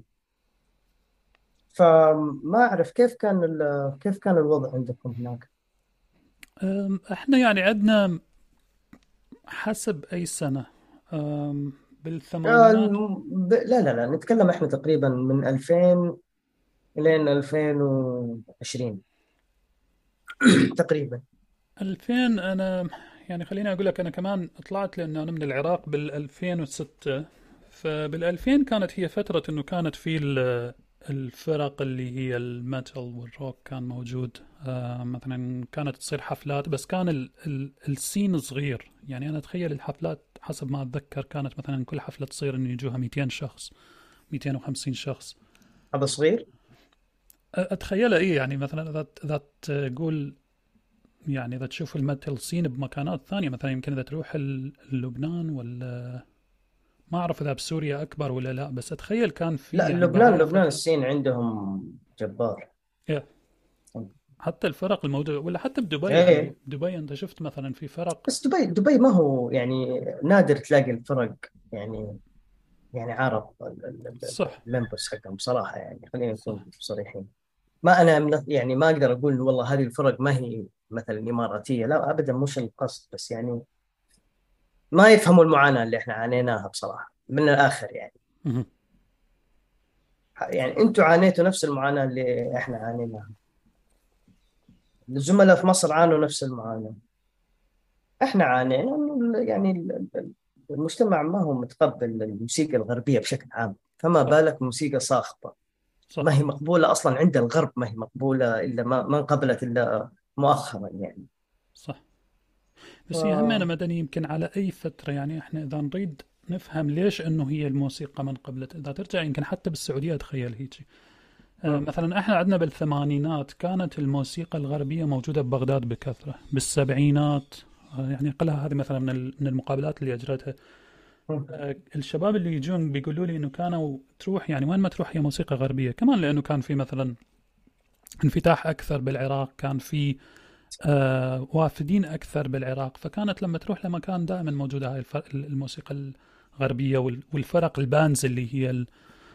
فما اعرف كيف كان ال- كيف كان الوضع عندكم هناك. أم، احنا يعني عندنا حسب اي سنة. أم، آه، بالثمانينات. الم- ب- لا لا لا نتكلم احنا تقريبا من ألفين لين ألفين وعشرين تقريبا. ألفين انا يعني خليني اقول لك انا كمان طلعت لان انا من العراق بال ألفين وستة. فبال ألفين كانت هي فترة انه كانت في ال- الفرق اللي هي الميتال والروك كان موجود. آه مثلا كانت تصير حفلات، بس كان ال ال السين صغير. يعني انا اتخيل الحفلات حسب ما اتذكر كانت مثلا كل حفلة تصير انه يجوها مئتين شخص، مئتين وخمسين شخص. هذا صغير. اتخيلها ايه، يعني مثلا اذا اذا تقول يعني اذا تشوف الميتال سين بمكانات ثانية، مثلا يمكن اذا تروح ال- لبنان ولا ما اعرف اذا بسوريا اكبر ولا لا، بس اتخيل كان في لا يعني لبنان، بهاي لبنان الفترة. الصين عندهم جبار. إيه، حتى الفرق الموجودة ولا حتى بدبي، يعني ايه بدبي انت شفت مثلا في فرق. بس دبي، دبي ما هو يعني نادر تلاقي الفرق يعني، يعني عرب ال- ال- ال- صح. الممبرز حقهم بصراحة، يعني خلينا نكون صح. صريحين. ما انا من- يعني ما اقدر اقول والله هذه الفرق ما هي مثلا اماراتية، لا ابدا مش القصد، بس يعني ما يفهموا المعاناة اللي احنا عانيناها بصراحة من الاخر يعني. مهم. يعني انتم عانيتوا نفس المعاناة اللي احنا عانيناها، الزملاء في مصر عانوا نفس المعاناة، احنا عانينا انه ال- يعني ال- ال- المجتمع ما هو متقبل الموسيقى الغربية بشكل عام، فما صح. بالك موسيقى صاخبة صح. ما هي مقبولة أصلا عند الغرب، ما هي مقبولة إلا ما ما انقبلت إلا مؤخرا يعني. صح. ف... بس يهمنا مدني يمكن على اي فترة، يعني احنا اذا نريد نفهم ليش انه هي الموسيقى من قبلت، اذا ترجع يمكن حتى بالسعودية تخيل هيك. آه، م- مثلا احنا عندنا بالثمانينات كانت الموسيقى الغربية موجودة ببغداد بكثرة. بالسبعينات آه، يعني قلها هذه مثلا من ال- من المقابلات اللي اجرتها. م- آه، الشباب اللي يجون بيقولوا لي انه كانوا تروح يعني وين ما تروح هي موسيقى غربية، كمان لانه كان في مثلا انفتاح اكثر بالعراق، كان في آه، وافدين اكثر بالعراق، فكانت لما تروح لمكان دائما موجودة هاي الف- الموسيقى الغربية وال- والفرق البانز اللي هي ال-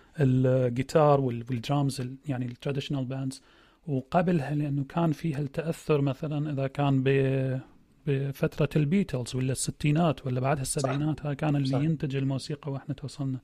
الجيتار وال- والدرامز ال- يعني التراديشنال باندز. وقبلها لأنه كان فيها التأثر مثلا إذا كان ب بفترة البيتلز ولا الستينات ولا بعدها صح السبعينات، هذا كان اللي صح. ينتج الموسيقى واحنا توصلنا.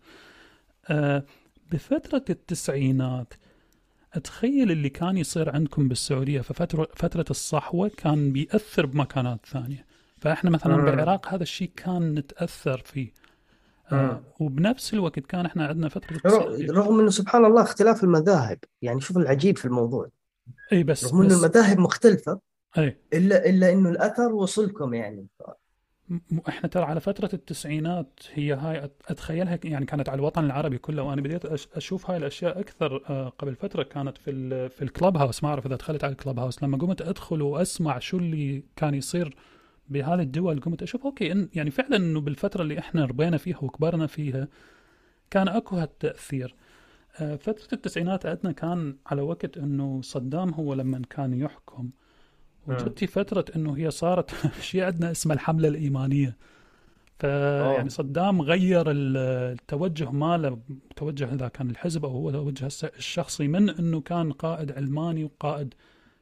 آه بفترة التسعينات أتخيل اللي كان يصير عندكم بالسعودية في فترة فترة الصحوة كان بيأثر بمكانات ثانية. فإحنا مثلا م- بالعراق هذا الشيء كان نتأثر فيه. آه م. وبنفس الوقت كان إحنا عندنا فترة ر- التصحيح. رغم انه سبحان الله اختلاف المذاهب، يعني شوف العجيب في الموضوع، أي بس رغم انه بس المذاهب مختلفة، أي الا الا انه الاثر وصلكم يعني. م- احنا ترى على فترة التسعينات هي هاي أت- اتخيلها ك- يعني كانت على الوطن العربي كله، وانا بديت أش- اشوف هاي الاشياء اكثر. آه، قبل فترة كانت في ال في الكلاب هاوس، ما اعرف اذا دخلت على الكلاب هاوس، لما قمت ادخل واسمع شو اللي كان يصير بهذه الدول، قمت اشوف اوكي إن يعني فعلا انه بالفترة اللي احنا ربينا فيها وكبرنا فيها كان اكو هالتأثير. آه، فترة التسعينات عندنا كان على وقت انه صدام هو لما كان يحكم، م. وجدتي فترة انه هي صارت شيء عندنا اسمه الحملة الإيمانية. فيعني اوه. صدام غير ال- التوجه ماله، توجه إذا كان الحزب أو هو توجه الس- الشخصي، من أنه كان قائد علماني وقائد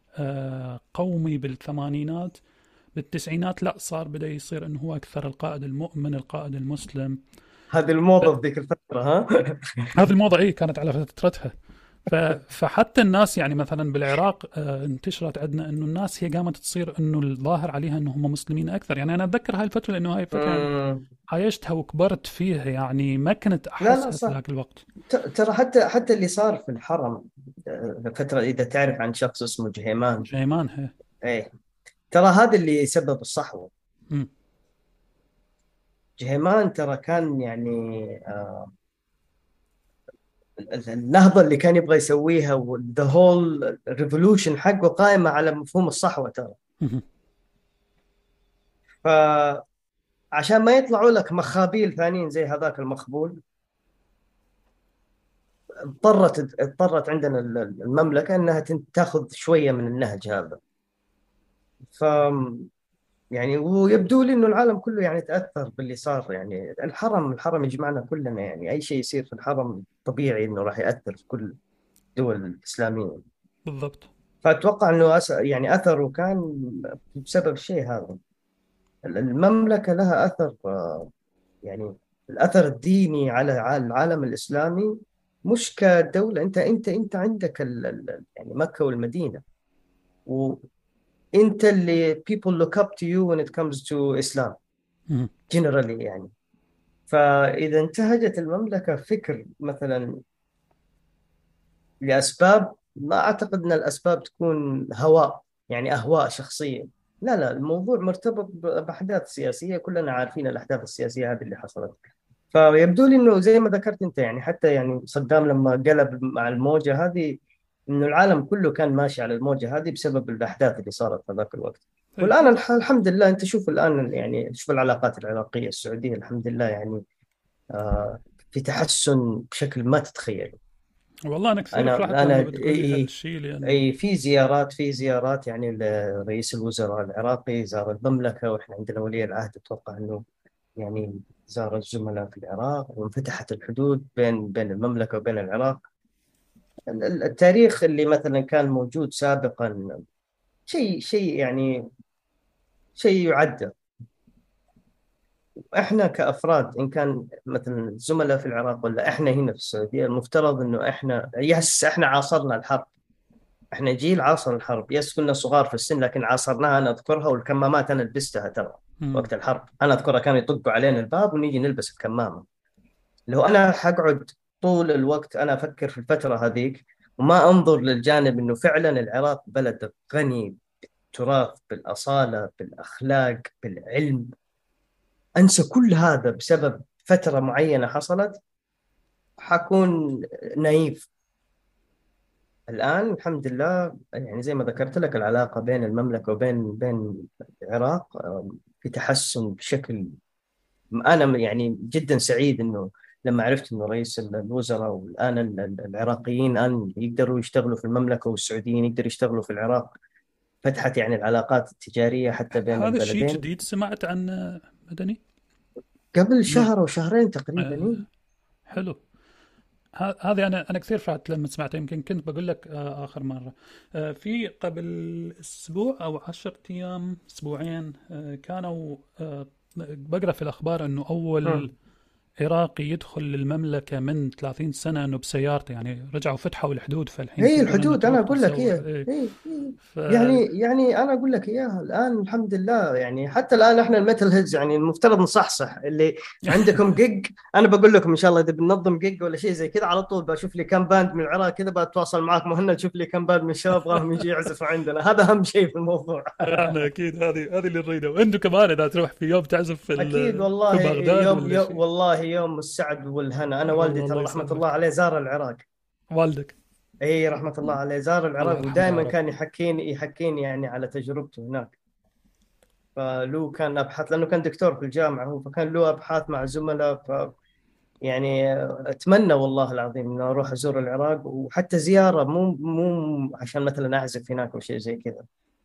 آه، قومي بالثمانينات. بالتسعينات لا، صار بدأ يصير أنه هو أكثر القائد المؤمن، القائد المسلم. هذه الموضة في ذيك الفترة ها. هذه الموضة إيه كانت على فترتها. ف- فحتى الناس يعني مثلا بالعراق آه، انتشرت عندنا انه الناس هي قامت تصير انه الظاهر عليها انه هم مسلمين اكثر. يعني انا اتذكر هاي الفتره لانه هاي الفتره يعني م. عايشتها وكبرت فيها، يعني ما كنت لا لا احسها في صح. ذاك الوقت. ت- ترى حتى حتى اللي صار في الحرم، آه، فترة إذا تعرف عن شخص اسمه جهيمان. جيمان هي. ايه ترى هذا اللي يسبب الصحوة. مم. جهيمان ترى كان يعني آه النهضة اللي كان يبغى يسويها وذا هول ريفولوشن حقه قائمة على مفهوم الصحوة ترى. مم. فعشان ما يطلعوا لك مخابيل ثانيين زي هذاك المخبول، اضطرت اضطرت عندنا المملكة انها تاخذ شوية من النهج هذا. ف يعني ويبدو لي انه العالم كله يعني تاثر باللي صار. يعني الحرم الحرم يجمعنا كلنا، يعني اي شيء يصير في الحرم طبيعي انه راح ياثر في كل الدول الاسلاميه. بالضبط. فاتوقع انه أس... يعني اثره كان بسبب الشيء هذا. المملكه لها اثر آه، يعني الاثر الديني على على العالم الاسلامي، مش كدوله. انت انت انت عندك ال... ال- يعني مكه والمدينه، وانت اللي people look up to you when it comes to Islam مم. generally يعني. فإذا انتهجت المملكة فكر مثلا لأسباب، ما أعتقد أن الأسباب تكون هواء، يعني أهواء شخصية. لا لا، الموضوع مرتبط ب- بأحداث سياسية، كلنا عارفين الأحداث السياسية هذه اللي حصلت. فيبدو لي أنه زي ما ذكرت أنت، يعني حتى يعني صدام لما قلب مع الموجة هذه، أنه العالم كله كان ماشي على الموجة هذه بسبب الأحداث اللي صارت في ذاك الوقت. أي. والآن الح- الحمد لله، أنت شوف الآن، يعني شوف العلاقات العراقية السعودية الحمد لله، يعني آه، في تحسن بشكل ما تتخيل. والله أنا كثير أنا فرحت لما أنا بتقول لي أي هالشيء، لأنه أي في زيارات في زيارات يعني لرئيس الوزراء العراقي زار المملكة، وإحنا عندنا ولي العهد أتوقع أنه يعني زار الزملاء في العراق، وانفتحت الحدود بين بين المملكة وبين العراق. ال- ال- التاريخ اللي مثلا كان موجود سابقا شيء شيء يعني شيء يعد. احنا كافراد، ان كان مثلا الزملاء في العراق ولا احنا هنا في السعوديه، المفترض انه احنا يس احنا عاصرنا الحرب. احنا جيل عاصر الحرب. يس كنا صغار في السن لكن عاصرناها. انا اذكرها، والكمامات انا لبستها ترى مم. وقت الحرب. انا اذكرها كانوا يطقوا علينا الباب ونيجي نلبس الكمامه. لو انا حقعد طول الوقت انا افكر في الفتره هذيك وما انظر للجانب انه فعلا العراق بلد غني بالتراث، بالاصاله، بالاخلاق، بالعلم، انسى كل هذا بسبب فتره معينه حصلت، حكون نايف. الآن الحمد لله يعني زي ما ذكرت لك، العلاقة بين المملكة وبين بين العراق آه، في تحسن بشكل. أنا يعني جدا سعيد إنه لما عرفت إنه رئيس الوزراء والآن ال- ال- العراقيين الآن يقدروا يشتغلوا في المملكة، والسعوديين يقدروا يشتغلوا في العراق. فتحت يعني العلاقات التجارية حتى بين هذا الشيء البلدين. جديد سمعت عنه مدني. قبل إنه شهر أو شهرين تقريبا آه، إيه. حلو. ه- هذه انا انا كثير فرحت لما سمعتها. يمكن كنت بقول لك آه، اخر مره آه، في قبل اسبوع او عشرة ايام، اسبوعين، آه، كانوا آه، بقرا في الاخبار انه اول مم. عراقي يدخل المملكه من ثلاثين سنه انه بسيارته، يعني رجعوا فتحوا الحدود، فالحين هي تقدر انه الحدود انا تروح اقول لك، تتصور. ايه ايه. ايه إيه. ف يعني يعني انا اقول لك اياها الان الحمد لله. يعني حتى الان احنا الميتال هيدز يعني المفترض نصحصح اللي عندكم جيج. انا بقول لكم ان شاء الله اذا بننظم جيج ولا شيء زي كذا، على طول بشوف لي كم باند من العراق كذا، بتواصل معاك مهند، شوف لي كم باند من الشباب ابغاهم يجي يعزفوا عندنا. هذا اهم شيء في الموضوع. احنا اكيد هذه هذه اللي نريده. وانتم كمان اذا تروح في يوم تعزف في اكيد ال- في والله. بغداد يوم, ولا يوم شيء. والله يوم السعد والهنا. انا والدي الله الله ترى رحمه الله يسلمك. عليه زار العراق. والدك. اي رحمه الله عليه زار الله العراق، يرحمه يا ودائما رب. كان يحكيني يحكيني يعني على تجربته هناك. فلو كان ابحاث لانه كان دكتور في الجامعه هو، فكان له ابحاث مع زملاء. ف يعني اتمنى والله العظيم اني اروح ازور العراق، وحتى زياره، مو مو عشان مثلا اعزف هناك او شيء زي كذا.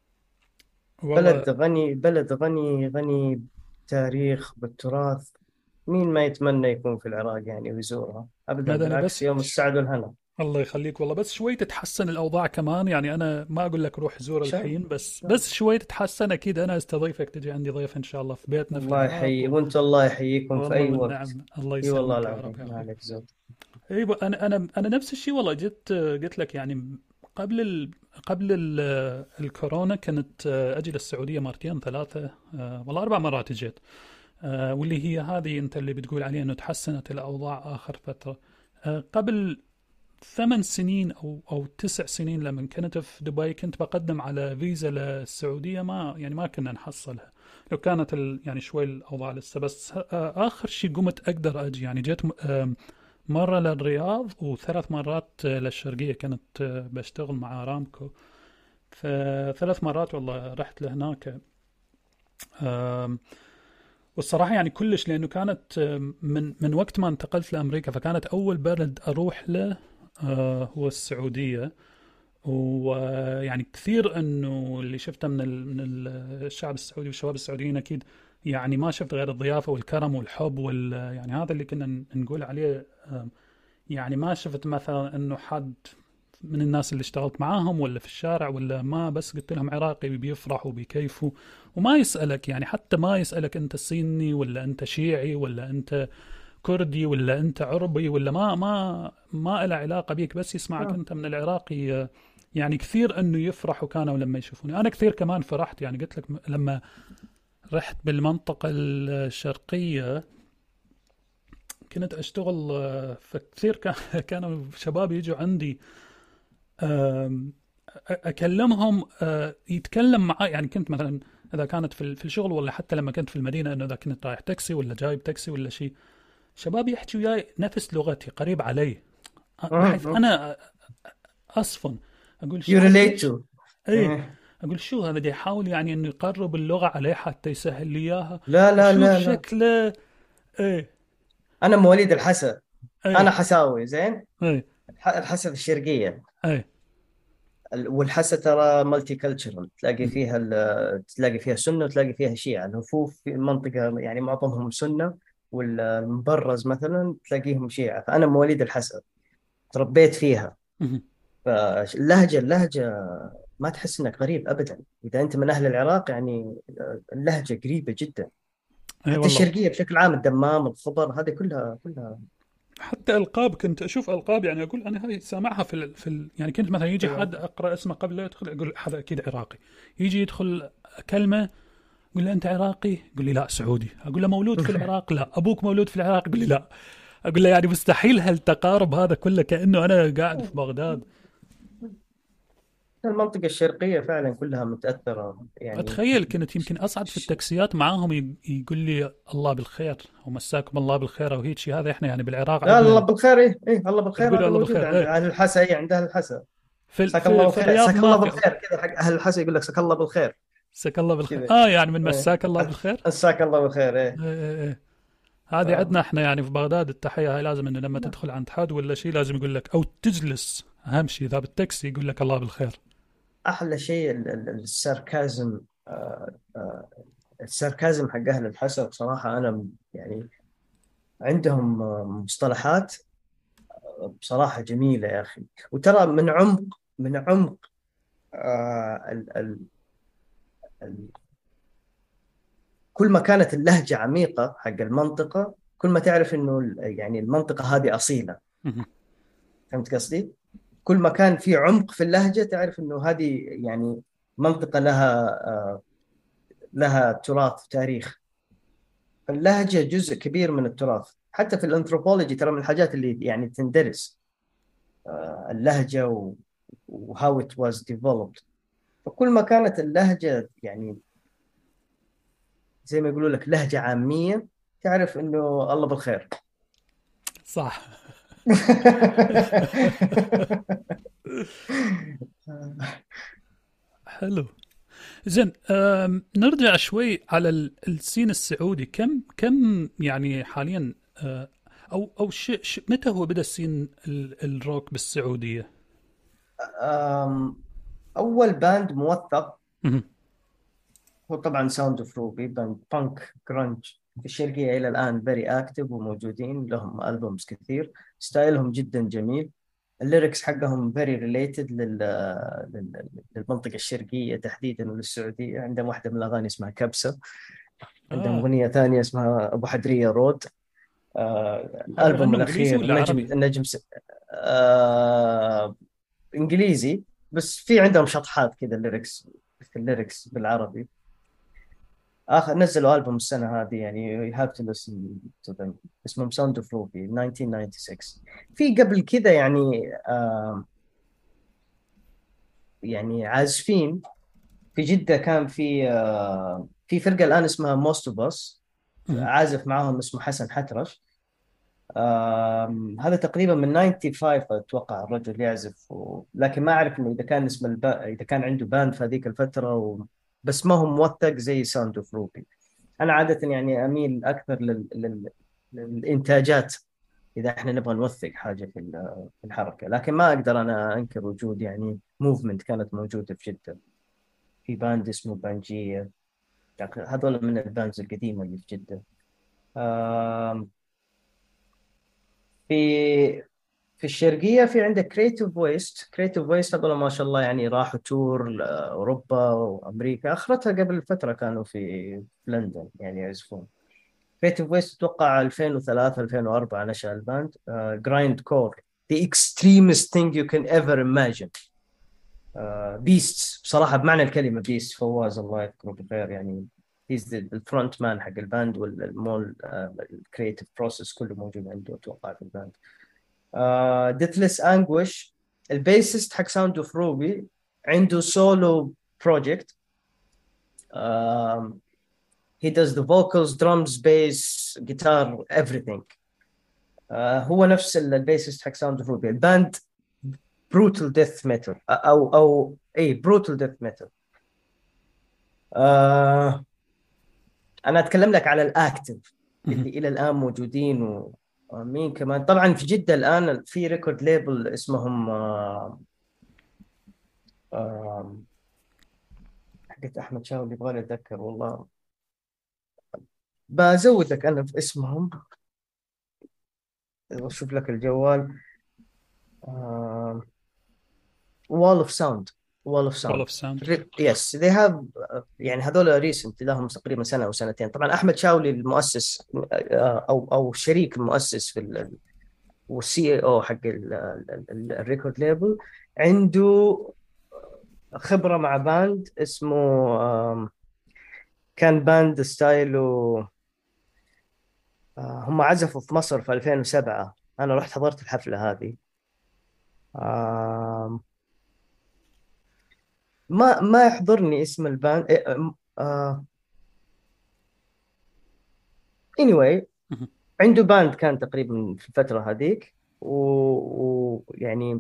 والله بلد غني، بلد غني غني بالتاريخ بالتراث. مين ما يتمنى يكون في العراق يعني ويزورها ابدا، مدني بالعكس بس. يوم السعد والهنا. ان الله يخليك والله، بس شوي تتحسن الأوضاع كمان. يعني أنا ما أقول لك روح زور شاء الله. الحين، بس بس شوي تتحسن أكيد أنا أستضيفك تجي عندي ضيف إن شاء الله في بيتنا في الله العراق يحيي، و... وانت الله يحييكم في والله اي وقت. والنعم، الله اي والله يسلمك يا رب العظيم يا ما أخوي. عليك زود. أيوة، أنا أنا أنا نفس الشيء والله. جيت آه، قلت لك يعني قبل ال... قبل ال... آه، الكورونا كنت آه، أجي للسعودية مرتين ثلاثة، آه، والله أربع مرات جيت. آه، واللي هي هذه أنت اللي بتقول عليها إنه تحسنت الأوضاع آخر فترة. آه، قبل ثمان سنين او او تسع سنين لما كنت في دبي كنت بقدم على فيزا للسعوديه، ما يعني ما كنا نحصلها. لو كانت ال يعني شوي الاوضاع لسه، بس آه، اخر شيء قمت اقدر اجي، يعني جيت م- آم، مره للرياض وثلاث مرات آه، للشرقيه، كنت آه، بشتغل مع ارامكو. فثلاث مرات والله رحت لهناك. آم، والصراحة يعني كلش، لأنه كانت آم، من من وقت ما انتقلت لأمريكا فكانت أول بلد أروح له آه، هو السعودية. ويعني كثير انه اللي شفته من ال- من ال- الشعب السعودي والشباب السعوديين اكيد، يعني ما شفت غير الضيافه والكرم والحب وال يعني هذا اللي كنا ن- نقول عليه. آم، يعني ما شفت مثلا انه حد من الناس اللي اشتغلت معاهم ولا في الشارع ولا ما، بس قلت لهم عراقي بيفرحوا بيكيفوا، وما يسألك، يعني حتى ما يسألك انت صيني ولا انت شيعي ولا انت كردي ولا انت عربي ولا ما ما ما له علاقه بيك، بس يسمعك آه. انت من العراقي. آه، يعني كثير انه يفرحوا كانوا لما يشوفوني. انا كثير كمان فرحت، يعني قلت لك م- لما رحت بالمنطقه الشرقيه كنت اشتغل، آه، فكثير كان كانوا شباب يجوا عندي، آم، أ- اكلمهم، آه، يتكلم معي. يعني كنت مثلا اذا كانت في ال- في الشغل ولا حتى لما كنت في المدينه، انه اذا كنت رايح تاكسي ولا جايب تاكسي ولا شيء، شباب يحكي وياي نفس لغتي قريب علي، آه. بحيث آه. انا اصفن اقول You شو هذا relate ليش. to. ايه، إيه. اقول شو هذا بدي يحاول يعني انه يقرب اللغه عليه حتى يسهل لي اياها، لا لا وشوف لا لا، شكله. ايه. أنا مواليد الحسا. أنا ايه. حساوي زين. ايه. الح- الحسا في الشرقية. ايه. ال- والحسا ترى مالتي كلتشرال، تلاقي فيها ال- تلاقي فيها سنة وتلاقي فيها شيعة. الهفوف في المنطقة يعني معظمهم سنة، والمبرز مثلا تلاقيهم شيعة. فأنا مواليد الحسا، تربيت فيها. مهم. فاللهجة اللهجة ما تحس انك غريب ابدا اذا انت من اهل العراق. يعني اللهجة قريبة جدا. ايه حتى والله. الشرقية بشكل عام، الدمام، الخبر، هذه كلها كلها. حتى القاب كنت اشوف القاب، يعني اقول انا هاي سامعها في ال... في ال... يعني كنت مثلا يجي ايوه. حد اقرا اسمه قبل لا يدخل اقول هذا اكيد عراقي. يجي يدخل كلمه، اقول له انت عراقي؟ يقول لي لا سعودي. اقول له مولود في العراق؟ لا. ابوك مولود في العراق؟ يقول لي لا. اقول له يعني مستحيل هالتقارب هذا كله، كانه انا قاعد في بغداد. المنطقة الشرقية فعلا كلها متأثرة يعني. اتخيل كنت يمكن اصعد في التاكسيات معاهم، ي- يقول لي الله بالخير ومساكم الله بالخير او هيك شيء. هذا احنا يعني بالعراق لا، الله عندنا بالخير. ايه ايه، الله بالخير تقول هذا الله موجود بالخير. عند ايه. اهل الحسا. ايه، عند اهل الحسا. في ال- ساك في الله في بالخير، الرياض ساك ما الله في. بالخير كذا. حق اهل الحسا يقول لك ساك الله بالخير مساك الله بالخير، كذا. اه يعني من ايه، مساك الله بالخير. ساك الله بالخير. ايه. ايه ايه ايه. هذه ف- عندنا احنا يعني في بغداد التحية هاي لازم، انه لما تدخل عند حد ولا شيء لازم يقول لك، او تجلس اهم شيء اذا بالتاكسي يقول لك الله بالخير. احلى شيء ال- ال- الساركازم. آه، آه، الساركازم حق اهل الحسا بصراحة. انا يعني عندهم آه، مصطلحات بصراحة جميلة يا أخي. وترى من عمق من عمق آه ال ال ال كل ما كانت اللهجة عميقة حق المنطقة، كل ما تعرف إنه ال- يعني المنطقة هذه أصيلة. مهم. فهمت قصدي؟ كل ما كان في عمق في اللهجة تعرف إنه هذه يعني منطقة لها آه لها تراث وتاريخ. فاللهجة جزء كبير من التراث. حتى في الأنثروبولوجي ترى من الحاجات اللي يعني تندرس آه اللهجة و و how it was developed. فكل ما كانت اللهجة يعني زي ما يقولوا لك لهجة عامية، تعرف إنه الله بالخير. صح. حلو. زين، أم، نرجع شوي على ال- السين السعودي. كم كم يعني حاليا، أه، او او ش ش متى هو بدأ السين ال- الروك بالسعودية؟ أم، أول باند موثق مهم. هو طبعا ساوند اوف روبي، باند بانك جرانج في الشرقية. إلى الآن فيري أكتف وموجودين، لهم ألبومز كثير. ستايلهم جدا جميل. الليركس حقهم فيري ريليتد لل... لل... للمنطقة الشرقية تحديدا وللسعودية. عندهم واحدة من الأغاني اسمها كبسة. عندهم اه، أغنية ثانية اسمها أبو حدرية رود. آه هذا الألبوم غنوا انجليزي الأخير ولا النجم عربي؟ النجم س... آه إنجليزي، بس في عندهم شطحات كذا الليركس في الليركس بالعربي. آخر نزلوا ألبوم السنة هذه يعني you have to listen to them. اسمهم Sound of Ruby ألف وتسعمية وستة وتسعين. في قبل كذا يعني آه يعني عازفين في جدة، كان في آه في فرقة الآن اسمها Most of Us، مهم. عازف معاهم اسمه حسن حترش. آم، هذا تقريبا من خمسة وتسعين اتوقع الرجل يعزف و... لكن ما اعرف انه اذا كان اسم الب... اذا كان عنده باند في هذيك الفتره و... بس ما هو موثق زي ساوند اوف روبي. انا عاده يعني اميل اكثر لل... لل... للانتاجات اذا احنا نبغى نوثق حاجه في ال- في الحركه، لكن ما اقدر انا انكر وجود يعني موفمنت كانت موجوده في جده. في باند اسمه بانجيه، هذول من الباندز القديمه اللي في جده. آم، في في الشرقية في عندك كريتيف ويست. كريتيف ويست هذول ما شاء الله يعني راحوا تور لأوروبا وأمريكا، آخرتها قبل فترة كانوا في لندن يعني يعزفون. كريتيف ويست أتوقع ألفين وثلاثة ألفين وأربعة نشأ الباند. جرايند كور the extremest thing you can ever imagine. بيست بصراحة بمعنى الكلمة، بيست. فواز الله يذكره بالخير يعني he's the الفرونت مان حق الباند، والمول الكريتيف بروسيس كله موجود عنده أتوقع في الباند. ديثلس انجوش البيسست حق ساوند اوف روبي عنده سولو بروجكت. he does the vocals drums bass guitar everything. uh, هو نفس البيسست حق ساوند اوف روبي. الباند بروتال ديث ميتال او او اي بروتال ديث ميتال. انا اتكلم لك على الاكتف مهم. اللي الى الان موجودين. ومين كمان طبعا في جدة الان في ريكورد ليبل اسمهم آه، آه، حقت احمد شاوي اللي يبغالي اتذكر والله، بزودك انا في اسمهم واشوف لك الجوال. وول اوف ساوند. وول اوف Wall ساوند. of Sound. يس ذي هاف. يعني هذول ريسنت لهم تقريبا سنه او سنتين. طبعا احمد شاولي المؤسس آه، او او شريك المؤسس في ال- والسي اي او حق ال- ال- ال- الريكورد ليبل، عنده خبره مع باند اسمه آم، كان باند ستايله آه، هم عزفوا في مصر في ألفين وسبعة. أنا رحت حضرت الحفلة هذه. آم، ما ما يحضرني اسم الباند. إيه، آم، آه، anyway مهم. عنده باند كان تقريبا في الفترة هذيك، ويعني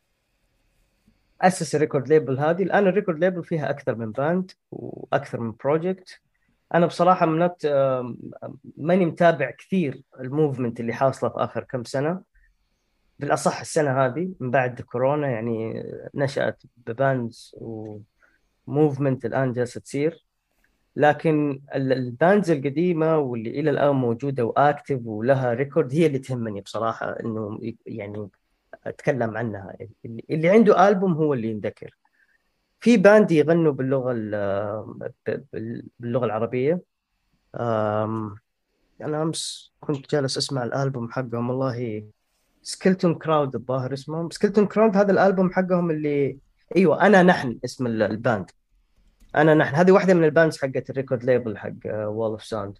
أسس الريكورد ليبل هذه. الآن الريكورد ليبل فيها أكثر من باند وأكثر من بروجكت. أنا بصراحة منت آم، ماني متابع كثير الموفمنت اللي حاصلة في آخر كم سنة، بالأصح السنة هذه من بعد كورونا يعني نشأت بباندز وموفمنت الآن جالسة تصير. لكن ال- الباندز القديمة واللي إلى الآن موجودة وآكتف ولها ريكورد هي اللي تهمني بصراحة، إنه ي- يعني أتكلم عنها. اللي اللي عنده ألبوم هو اللي ينذكر. في باند يغنوا باللغة ال- ب- بال- باللغة العربية. أم، أنا أمس كنت جالس أسمع الألبوم حقهم والله. سكلتون كراود الظاهر اسمهم سكلتون كراود. هذا الالبوم حقهم اللي ايوه انا نحن اسم ال- الباند. انا نحن هذه واحده من الباندز حقت الريكورد ليبل حق وول اوف ساوند.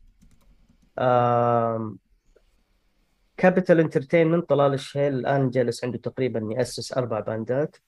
كابيتال انترتينمنت طلال الشهيل الان جالس عنده تقريبا ياسس اربع باندات.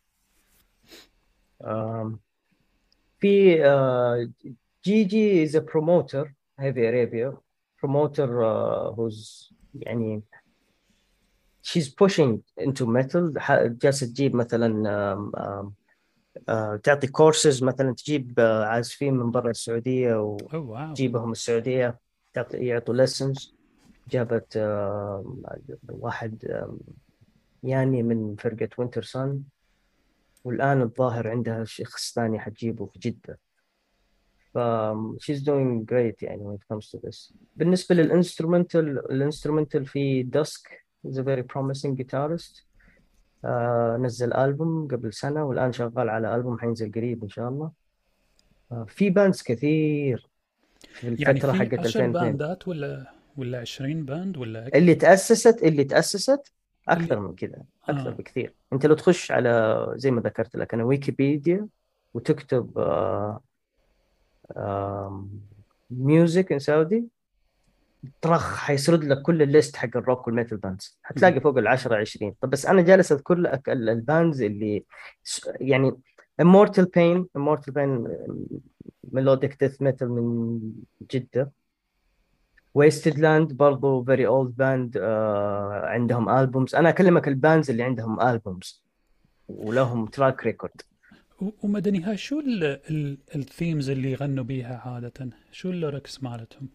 آم، في آه، جي جي از بروموتر هيفي اريبيا. بروموتر who's يعني she's pushing into metal. ح- جالسه تجيب مثلا آم، آم، آه، تعطي كورسز، مثلا تجيب آه، عازفين من برا السعودية Oh wow. وتجيبهم السعودية تعطي يعطوا ليسنز. جابت آه، واحد آه، يعني من فرقة وينتر سان، والآن الظاهر عندها شخص ثاني حتجيبه في جدة. ف she's doing great يعني when it comes to this. بالنسبة للإنسترومنتال، الإنسترومنتال في داسك is a very promising guitarist. آه نزل ألبوم قبل سنة والآن شغال على ألبوم حينزل قريب إن شاء الله. آه في باندز كثير في يعني الفترة في حقت عشر ألفين واثنين. باندات ولا ولا عشرين باند ولا اللي أكثر؟ تأسست اللي تأسست اللي أكثر من كذا، أكثر آه بكثير. أنت لو تخش على زي ما ذكرت لك أنا ويكيبيديا وتكتب آه ميوزك ان سعودي، طرخ حيسرد لك كل الليست حق الروك والميتال باندز، حتلاقي فوق العشرة عشرين. طب بس أنا جالس أذكر لك ال- الباندز اللي س- يعني Immortal Pain. Immortal Pain ميلوديك ديث ميتال من جدة. Wasted Land برضو very old band. آه عندهم ألبومز. أنا أكلمك الباندز اللي عندهم ألبومز ولهم تراك ريكورد. و- ومدني، هاي شو الثيمز اللي يغنوا بيها عادة؟ شو الليركس مالتهم؟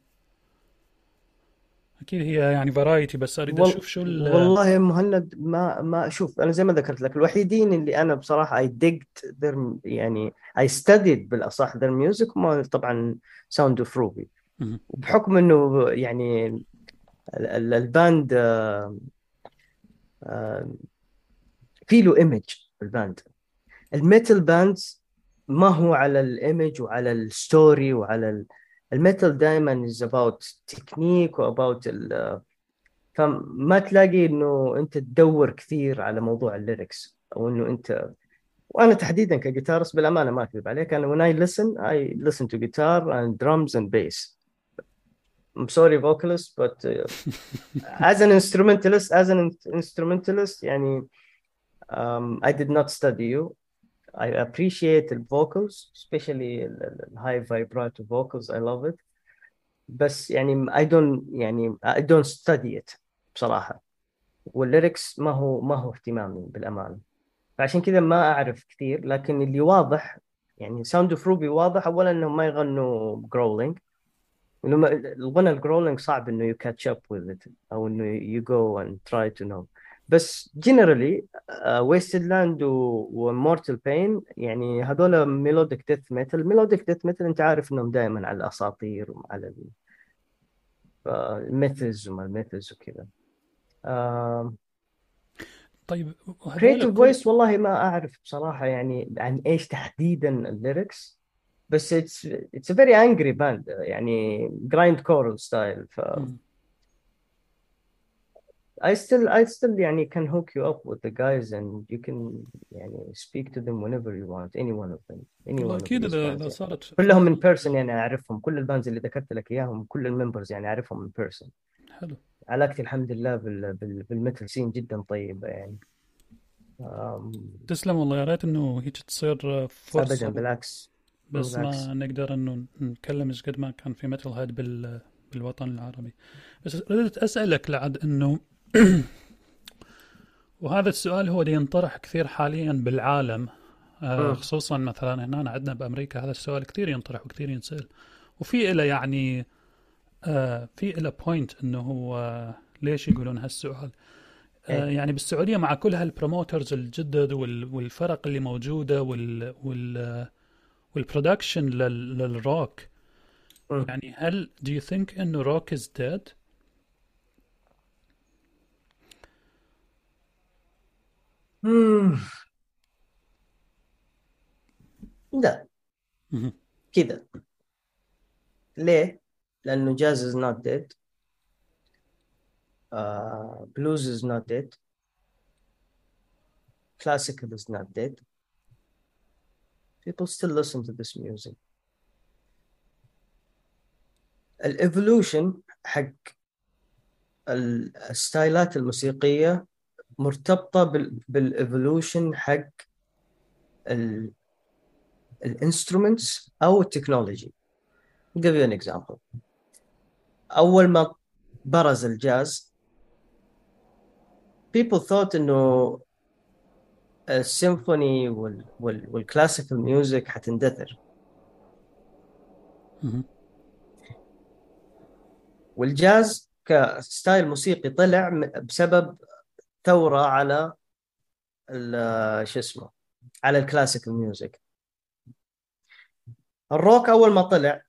اكيد هي يعني فرايتي، بس اريد وال... اشوف شو ال والله يا مهند، ما ما اشوف. انا زي ما ذكرت لك، الوحيدين اللي انا بصراحه I digged their يعني I studied بالاصح their music هم طبعا ساوند اوف روبي. مهم. وبحكم انه يعني ال- ال- الباند آه، آه، في له ايمج. الباند الميتال باندز ما هو على الايمج وعلى الستوري وعلى ال- الميتال دائما is about تكنيك واباوت. فما تلاقي انه انت تدور كثير على موضوع الليركس او انه انت. وانا تحديدا كجيتارست بالامانه ما اكذب عليك، انا when I listen I listen to guitar and drums and bass. I'm sorry vocalist but uh, as an instrumentalist as an instrumentalist يعني um, I did not study you. I appreciate the vocals especially the high vibrato vocals. I love it. بس يعني I don't يعني I don't study it بصراحة. والليركس ما هو ما هو اهتمامي بالأمانة. فعشان كذا ما أعرف كثير. لكن اللي واضح يعني ساوند اوف روبي واضح أولا أنهم ما يغنوا جرولينج. لما الغنى الجرولينج صعب انه يو كاتش اب with it او انه يو جو اند تراي تو نو. بس جنرالي ويستد لاند ومورتال بين يعني هذول ميلوديك ديث ميتال. ميلوديك ديث ميتال انت عارف انهم دائما على الاساطير وعلى الميثز وما الميثز وكذا. طيب، وهذول كريتيف كل فويس والله ما اعرف بصراحه يعني عن ايش تحديدا الليركس. بس اتس اتس ا فيري انجري باند يعني جرايند كورال ستايل. ف مم. I still I still يعني can hook you up with the guys and you can يعني speak to them whenever you want any one of them any والله one of اكيد these اذا bands اذا يعني. صارت كلهم فرصة. من بيرسون يعني اعرفهم. كل الباندز اللي ذكرت لك اياهم كل الممبرز يعني اعرفهم من بيرسون. حلو. علاقتي الحمد لله بال بال بالميتال سين جدا طيبة يعني. أم، تسلم والله، يا ريت انه هيك تصير ابدا فرصة، بالعكس. بس ما بالعكس. نقدر انه نتكلم ايش قد ما كان في مثل هاد بال بالوطن العربي. بس ردت اسالك لعد انه وهذا السؤال هو اللي ينطرح كثير حاليا بالعالم، آه، مم. خصوصا مثلا هنا عندنا بامريكا هذا السؤال كثير ينطرح وكثير ينسال، وفي إله يعني آه، في إله بوينت انه هو آه، ليش يقولون هالسؤال. آه، ايه. يعني بالسعوديه مع كل هالبروموترز الجدد وال- والفرق اللي موجوده وال وال والبرودكشن لل- للروك، مم. يعني هل do you think انه روك is dead؟ مم. لا. مهم. كذا. ليه؟ لأنه جاز is not dead. uh, blues is not dead. classical is not dead. people still listen to this music. الايفولوشن حق الستايلات الموسيقية مرتبطة بالايفولوشن حق الانسترومنتس او التكنولوجي. give you an example. اول ما برز الجاز people thought انه السيمفوني وال وال والكلاسيكال ميوزك حتندثر. مهم. والجاز كستايل موسيقي طلع م- بسبب ثورة على ال- شو اسمه على الكلاسيكال ميوزك. الروك اول ما طلع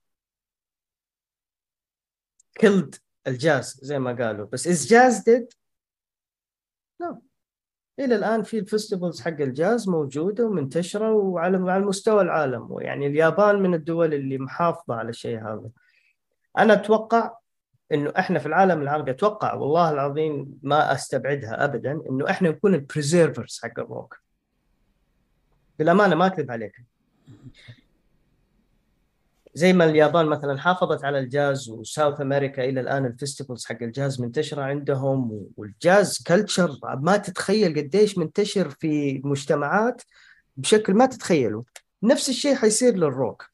كيلد الجاز زي ما قالوا. بس is jazz dead؟ لا. الى الان في الفستيفالز حق الجاز موجوده ومنتشره وعلى على مستوى العالم. ويعني اليابان من الدول اللي محافظه على الشيء هذا. انا اتوقع انه احنا في العالم العربي، اتوقع والله العظيم ما استبعدها ابدا، انه احنا نكون البريزيرفرز حق الروك. بالامانه ما اكذب عليك. زي ما اليابان مثلا حافظت على الجاز، وساوث امريكا الى الان الفستيفالز حق الجاز منتشره عندهم، والجاز كلتشر ما تتخيل قديش منتشر في مجتمعات بشكل ما تتخيله. نفس الشيء حيصير للروك.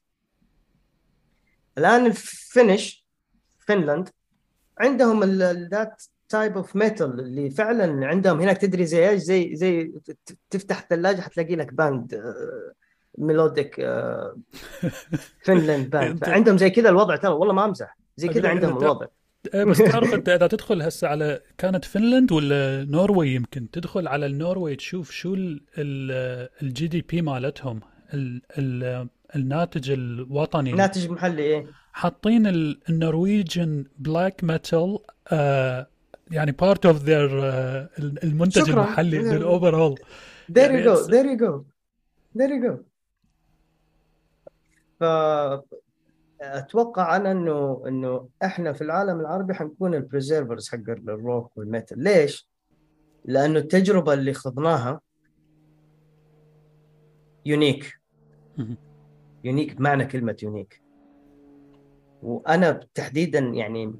الان الفينش، فنلند، عندهم ذات تايب اوف ميتال اللي فعلا عندهم هناك. تدري زي ايش؟ زي زي تفتح الثلاجه حتلاقي لك باند ميلوديك فنلند باند، انت فعندهم زي كذا الوضع. ترى والله ما امزح، زي اقول كذا لك عندهم انت، الوضع. بس تعرف انت اذا تدخل هسه على كانت فنلند ولا نوروي، يمكن تدخل على النوروي تشوف شو الجي دي بي مالتهم، ال ال الناتج الوطني. ناتج محلي ايه. حاطين النرويجن بلاك ميتال يعني بارت اوف ذير المنتج شكرا. المحلي للاوفرول. there you يعني go it's there you go there you go. فأتوقع أنا إنه إنه إحنا في العالم العربي حنكون البريزيرفرز حق الروك والميتال. ليش؟ لأنه التجربة اللي خضناها يونيك. يونيك بمعنى كلمة يونيك. وأنا تحديدا يعني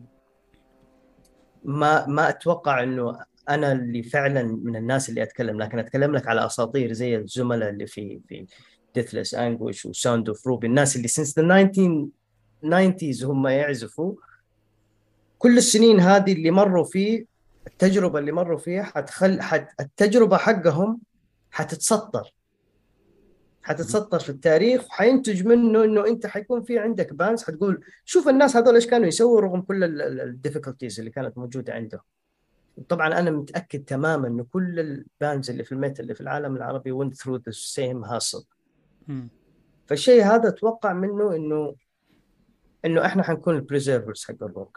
ما ما أتوقع إنه أنا اللي فعلا من الناس اللي أتكلم، لكن أتكلم لك على أساطير زي الزملاء اللي في في Deathless Anguish وساوند اوف روبي، الناس اللي since the nineteen nineties هم يعزفوا. كل السنين هذه اللي مروا فيه، التجربة اللي مروا فيها حتخل حت... التجربة حقهم حتتسطر حتتسطر في التاريخ، وحينتج منه انه انت حيكون في عندك بانز حتقول شوف الناس هذول ايش كانوا يسووا رغم كل الديفيكولتيز اللي كانت موجودة عندهم. طبعا انا متأكد تماما انه كل البانز اللي في الميتال اللي في العالم العربي went through the same hustle. فالشيء هذا اتوقع منه انه انه احنا حنكون البريزيرفرز حق الروك.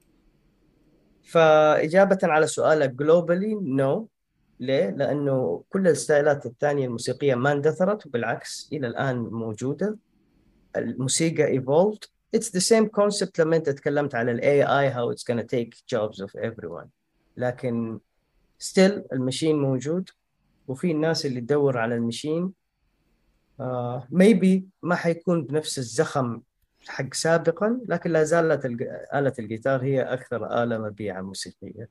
فإجابة على سؤالك جلوبالي نو. ليه؟ لأنه كل الستايلات الثانية الموسيقية ما اندثرت، وبالعكس إلى الآن موجودة. الموسيقى evolved. It's the same concept لما أنت تكلمت على ال إيه آي how it's gonna take jobs of everyone. لكن still المشين موجود، وفي الناس اللي تدور على المشين. uh, maybe ما حيكون بنفس الزخم حق سابقا، لكن لا زالت آلة الجيتار هي أكثر آلة مبيعا موسيقية.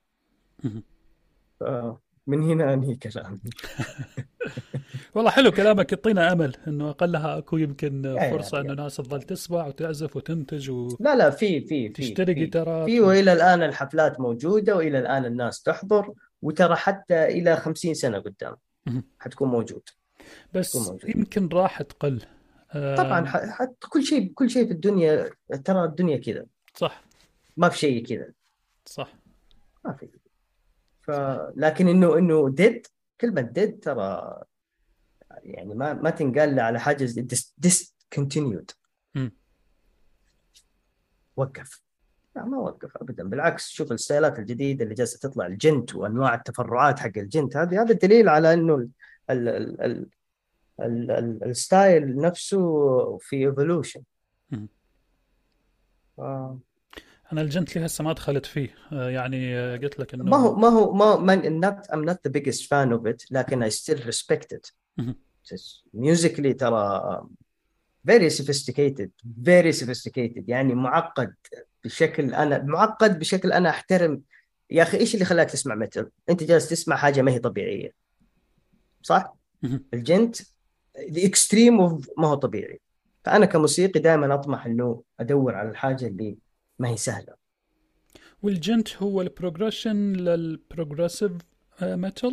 من هنا أنهي كلامي. والله حلو كلامك، يعطينا امل انه اقلها اكو يمكن يا يا فرصه انه يا. ناس تظل تسمع وتعزف وتنتج لا لا، في في في وتشتري في جيتارات في و... وإلى الآن الحفلات موجودة، وإلى الآن الناس تحضر، وترى حتى إلى خمسين سنة قدام حتكون موجود. حتكون بس موجود. يمكن راح تقل. طبعا آم، ح- حتى كل شيء كل شيء في الدنيا، ترى الدنيا كذا، صح ما في شيء كذا. صح. ما في. ف صح. لكن إنه إنه ديد، كلمة ديد ترى يعني ما ما تنقال على حاجة discontinued. مم. وقف. لا ما وقف ابدا، بالعكس. شوف الستايلات الجديده اللي جالسه تطلع، الجنت وانواع التفرعات حق الجنت هذه، هذا دليل على انه ال ال ال ال ال ال الستايل نفسه في ايفولوشن. مم. آه. انا الجنتلي هسه ما دخلت فيه، آه، يعني آه، قلت لك ما انه هو ما هو ما ما not, I'm not the biggest fan of it، لكن I still respect it. مم. musically ترى very sophisticated very sophisticated، يعني معقد بشكل انا معقد بشكل انا احترم. يا اخي ايش اللي خلاك تسمع متل؟ انت جالس تسمع حاجه ما هي طبيعيه، صح؟ مم. الجنت the extreme of ما هو طبيعي. فأنا كموسيقي دائما أطمح إنه أدور على الحاجة اللي ما هي سهلة. والجنت هو البروجريشن للبروجريسيف ميتال.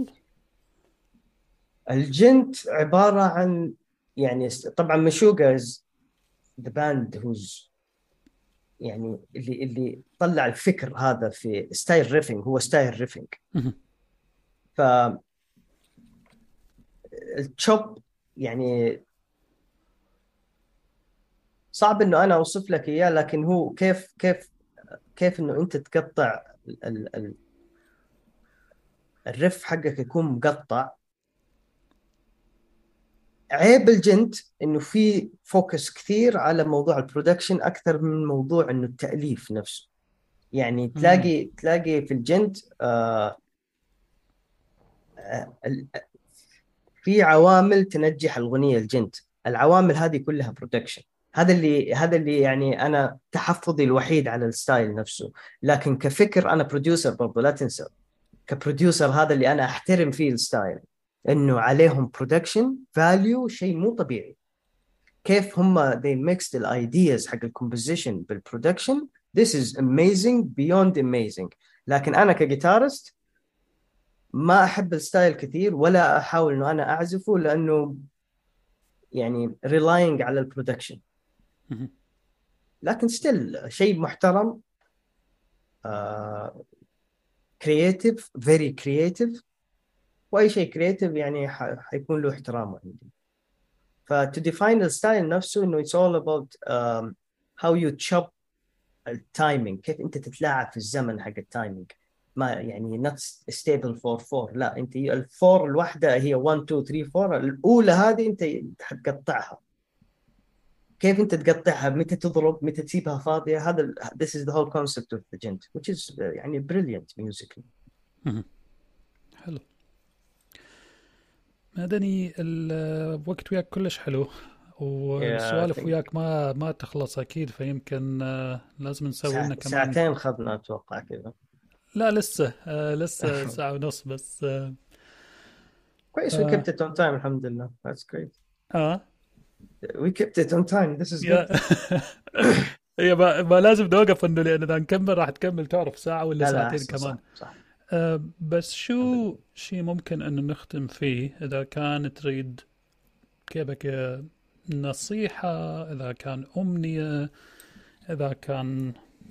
الجنت عبارة عن يعني طبعا مشوغاز the band who's يعني اللي اللي طلع الفكر هذا في ستايل ريفينج، هو ستايل ريفينج. ف التشوب يعني صعب إنه أنا أوصف لك إياه، لكن هو كيف كيف كيف إنه أنت تقطع ال ال الريف حقك يكون مقطع. عيب الجنت انه في فوكس كثير على موضوع البرودكشن اكثر من موضوع انه التأليف نفسه. يعني مم. تلاقي تلاقي في الجنت آه آه في عوامل تنجح الأغنية. الجنت العوامل هذه كلها برودكشن. هذا اللي هذا اللي يعني انا تحفظي الوحيد على الستايل نفسه. لكن كفكر انا بروديوسر برضو، لا تنسى. كبروديوسر هذا اللي انا احترم فيه الستايل، انه عليهم برودكشن فاليو شيء مو طبيعي. كيف هم they mixed الايدياز حق الكومبوزيشن بالبرودكشن. this is amazing beyond amazing. لكن انا كجيتارست ما احب الستايل كثير، ولا احاول انه انا اعزفه، لانه يعني relying على البرودكشن. لكن ستيل شيء محترم، كرييتيف فيري كرييتيف، واي شيء كرييتيف يعني حيكون له احترامه عندي. ف to define the style نفسه انه it's all about um, how you chop التايمينج، كيف انت تتلاعب في الزمن حق التايمينج. ما يعني not stable for four، لا، انت الفور الواحده هي واحد اثنين ثلاثة أربعة، الاولى هذه انت حتقطعها. كيف انت تقطعها، متى تضرب، متى تسيبها فاضيه. هذا this is the whole concept of the djent which is uh, يعني brilliant musically. حلو. مدني الوقت وياك كلش حلو، والسوالف yeah, وياك ما ما تخلص اكيد، فيمكن آه لازم نسوي لنا كمان ساعتين خذنا اتوقع كذا. لا لسه آه لسه ساعة ونص بس. آه كويس. we آه, kept it on time الحمد لله. that's great. آه. we kept it on time. this is يا good. هي ما, ما لازم نوقف انه، لان اذا نكمل راح تكمل تعرف ساعة ولا لا لا ساعتين أحسن، كمان. صح صح. آه بس شو شيء ممكن انه نختم فيه، اذا كان تريد كيفك نصيحة، اذا كان امنية، اذا كان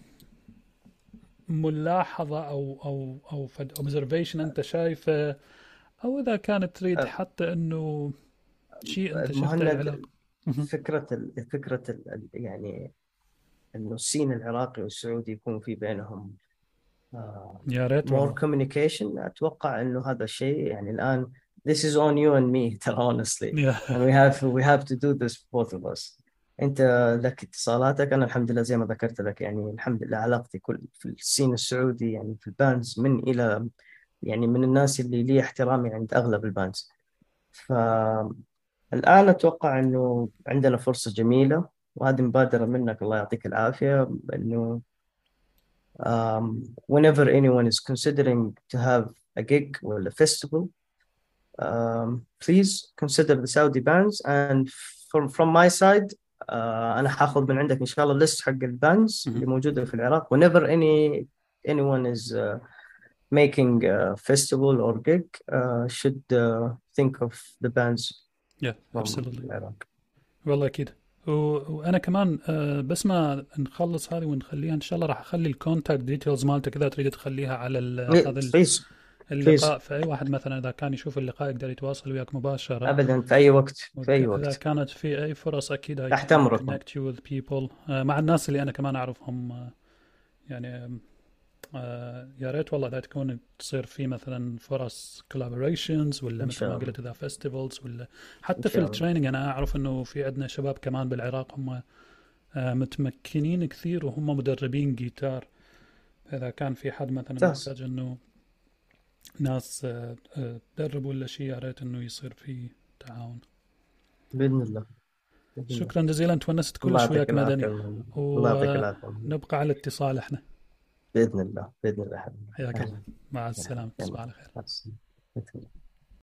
ملاحظة او او او فد observation انت شايفه، او اذا كانت تريد حتى انه شيء انت شفته مهند، العلاقة. فكرة ال فكرة ال يعني انه السين العراقي والسعودي يكون في بينهم يا ريت more والله. communication. اتوقع انه هذا الشيء يعني الان this is on you and me ترى honestly يا and we have we have to do this both of us. انت لك اتصالاتك، انا الحمد لله زي ما ذكرت لك يعني الحمد لله علاقتي كل في السين السعودي يعني في الباندز من الى يعني من الناس اللي لي احترامي عند اغلب الباندز. فالان اتوقع انه عندنا فرصة جميلة، وهذه مبادرة منك الله يعطيك العافية، انه um, whenever anyone is considering to have a gig or a festival, um, please consider the Saudi bands. And from from my side, uh, أنا حاخذ من عندك إن شاء الله list حق الباندز اللي موجودة في العراق. Whenever any anyone is uh, making a festival or gig, uh, should uh, think of the bands yeah from absolutely العراق. والله اكيد. و... وانا كمان آه بس ما نخلص هذه ونخليها ان شاء الله، راح اخلي الكونتاكت ديتيلز مالتك اذا تريد تخليها على ال... هذا Please اللقاء. please. فاي واحد مثلا اذا كان يشوف اللقاء يقدر يتواصل وياك مباشرة أبدا في أي وقت في أي اذا وقت كانت في اي فرص اكيد تحت أمرك. connect you with people آه مع الناس اللي انا كمان اعرفهم. آه يعني آه يا ريت والله اذا تكون تصير في مثلا فرص collaborations، ولا إن مثل شاء ما الله. قلت اذا festivals، ولا إن حتى في شاء الله. التريننج. انا اعرف انه في عندنا شباب كمان بالعراق هم آه متمكنين كثير وهم مدربين جيتار. اذا كان في حد مثلا ممتاز. محتاج انه ناس آه آه تدرب ولا شيء، يا ريت انه يصير في تعاون. بإذن الله. بإذن الله. شكرا جزيلا، تونست الله كلش وياك يعطيك مدني، العافية. الله يعطيك العافية. ونبقى على اتصال احنا. بإذن الله بإذن الله. حياك الله، مع السلامة، تصبح على خير. أهلا.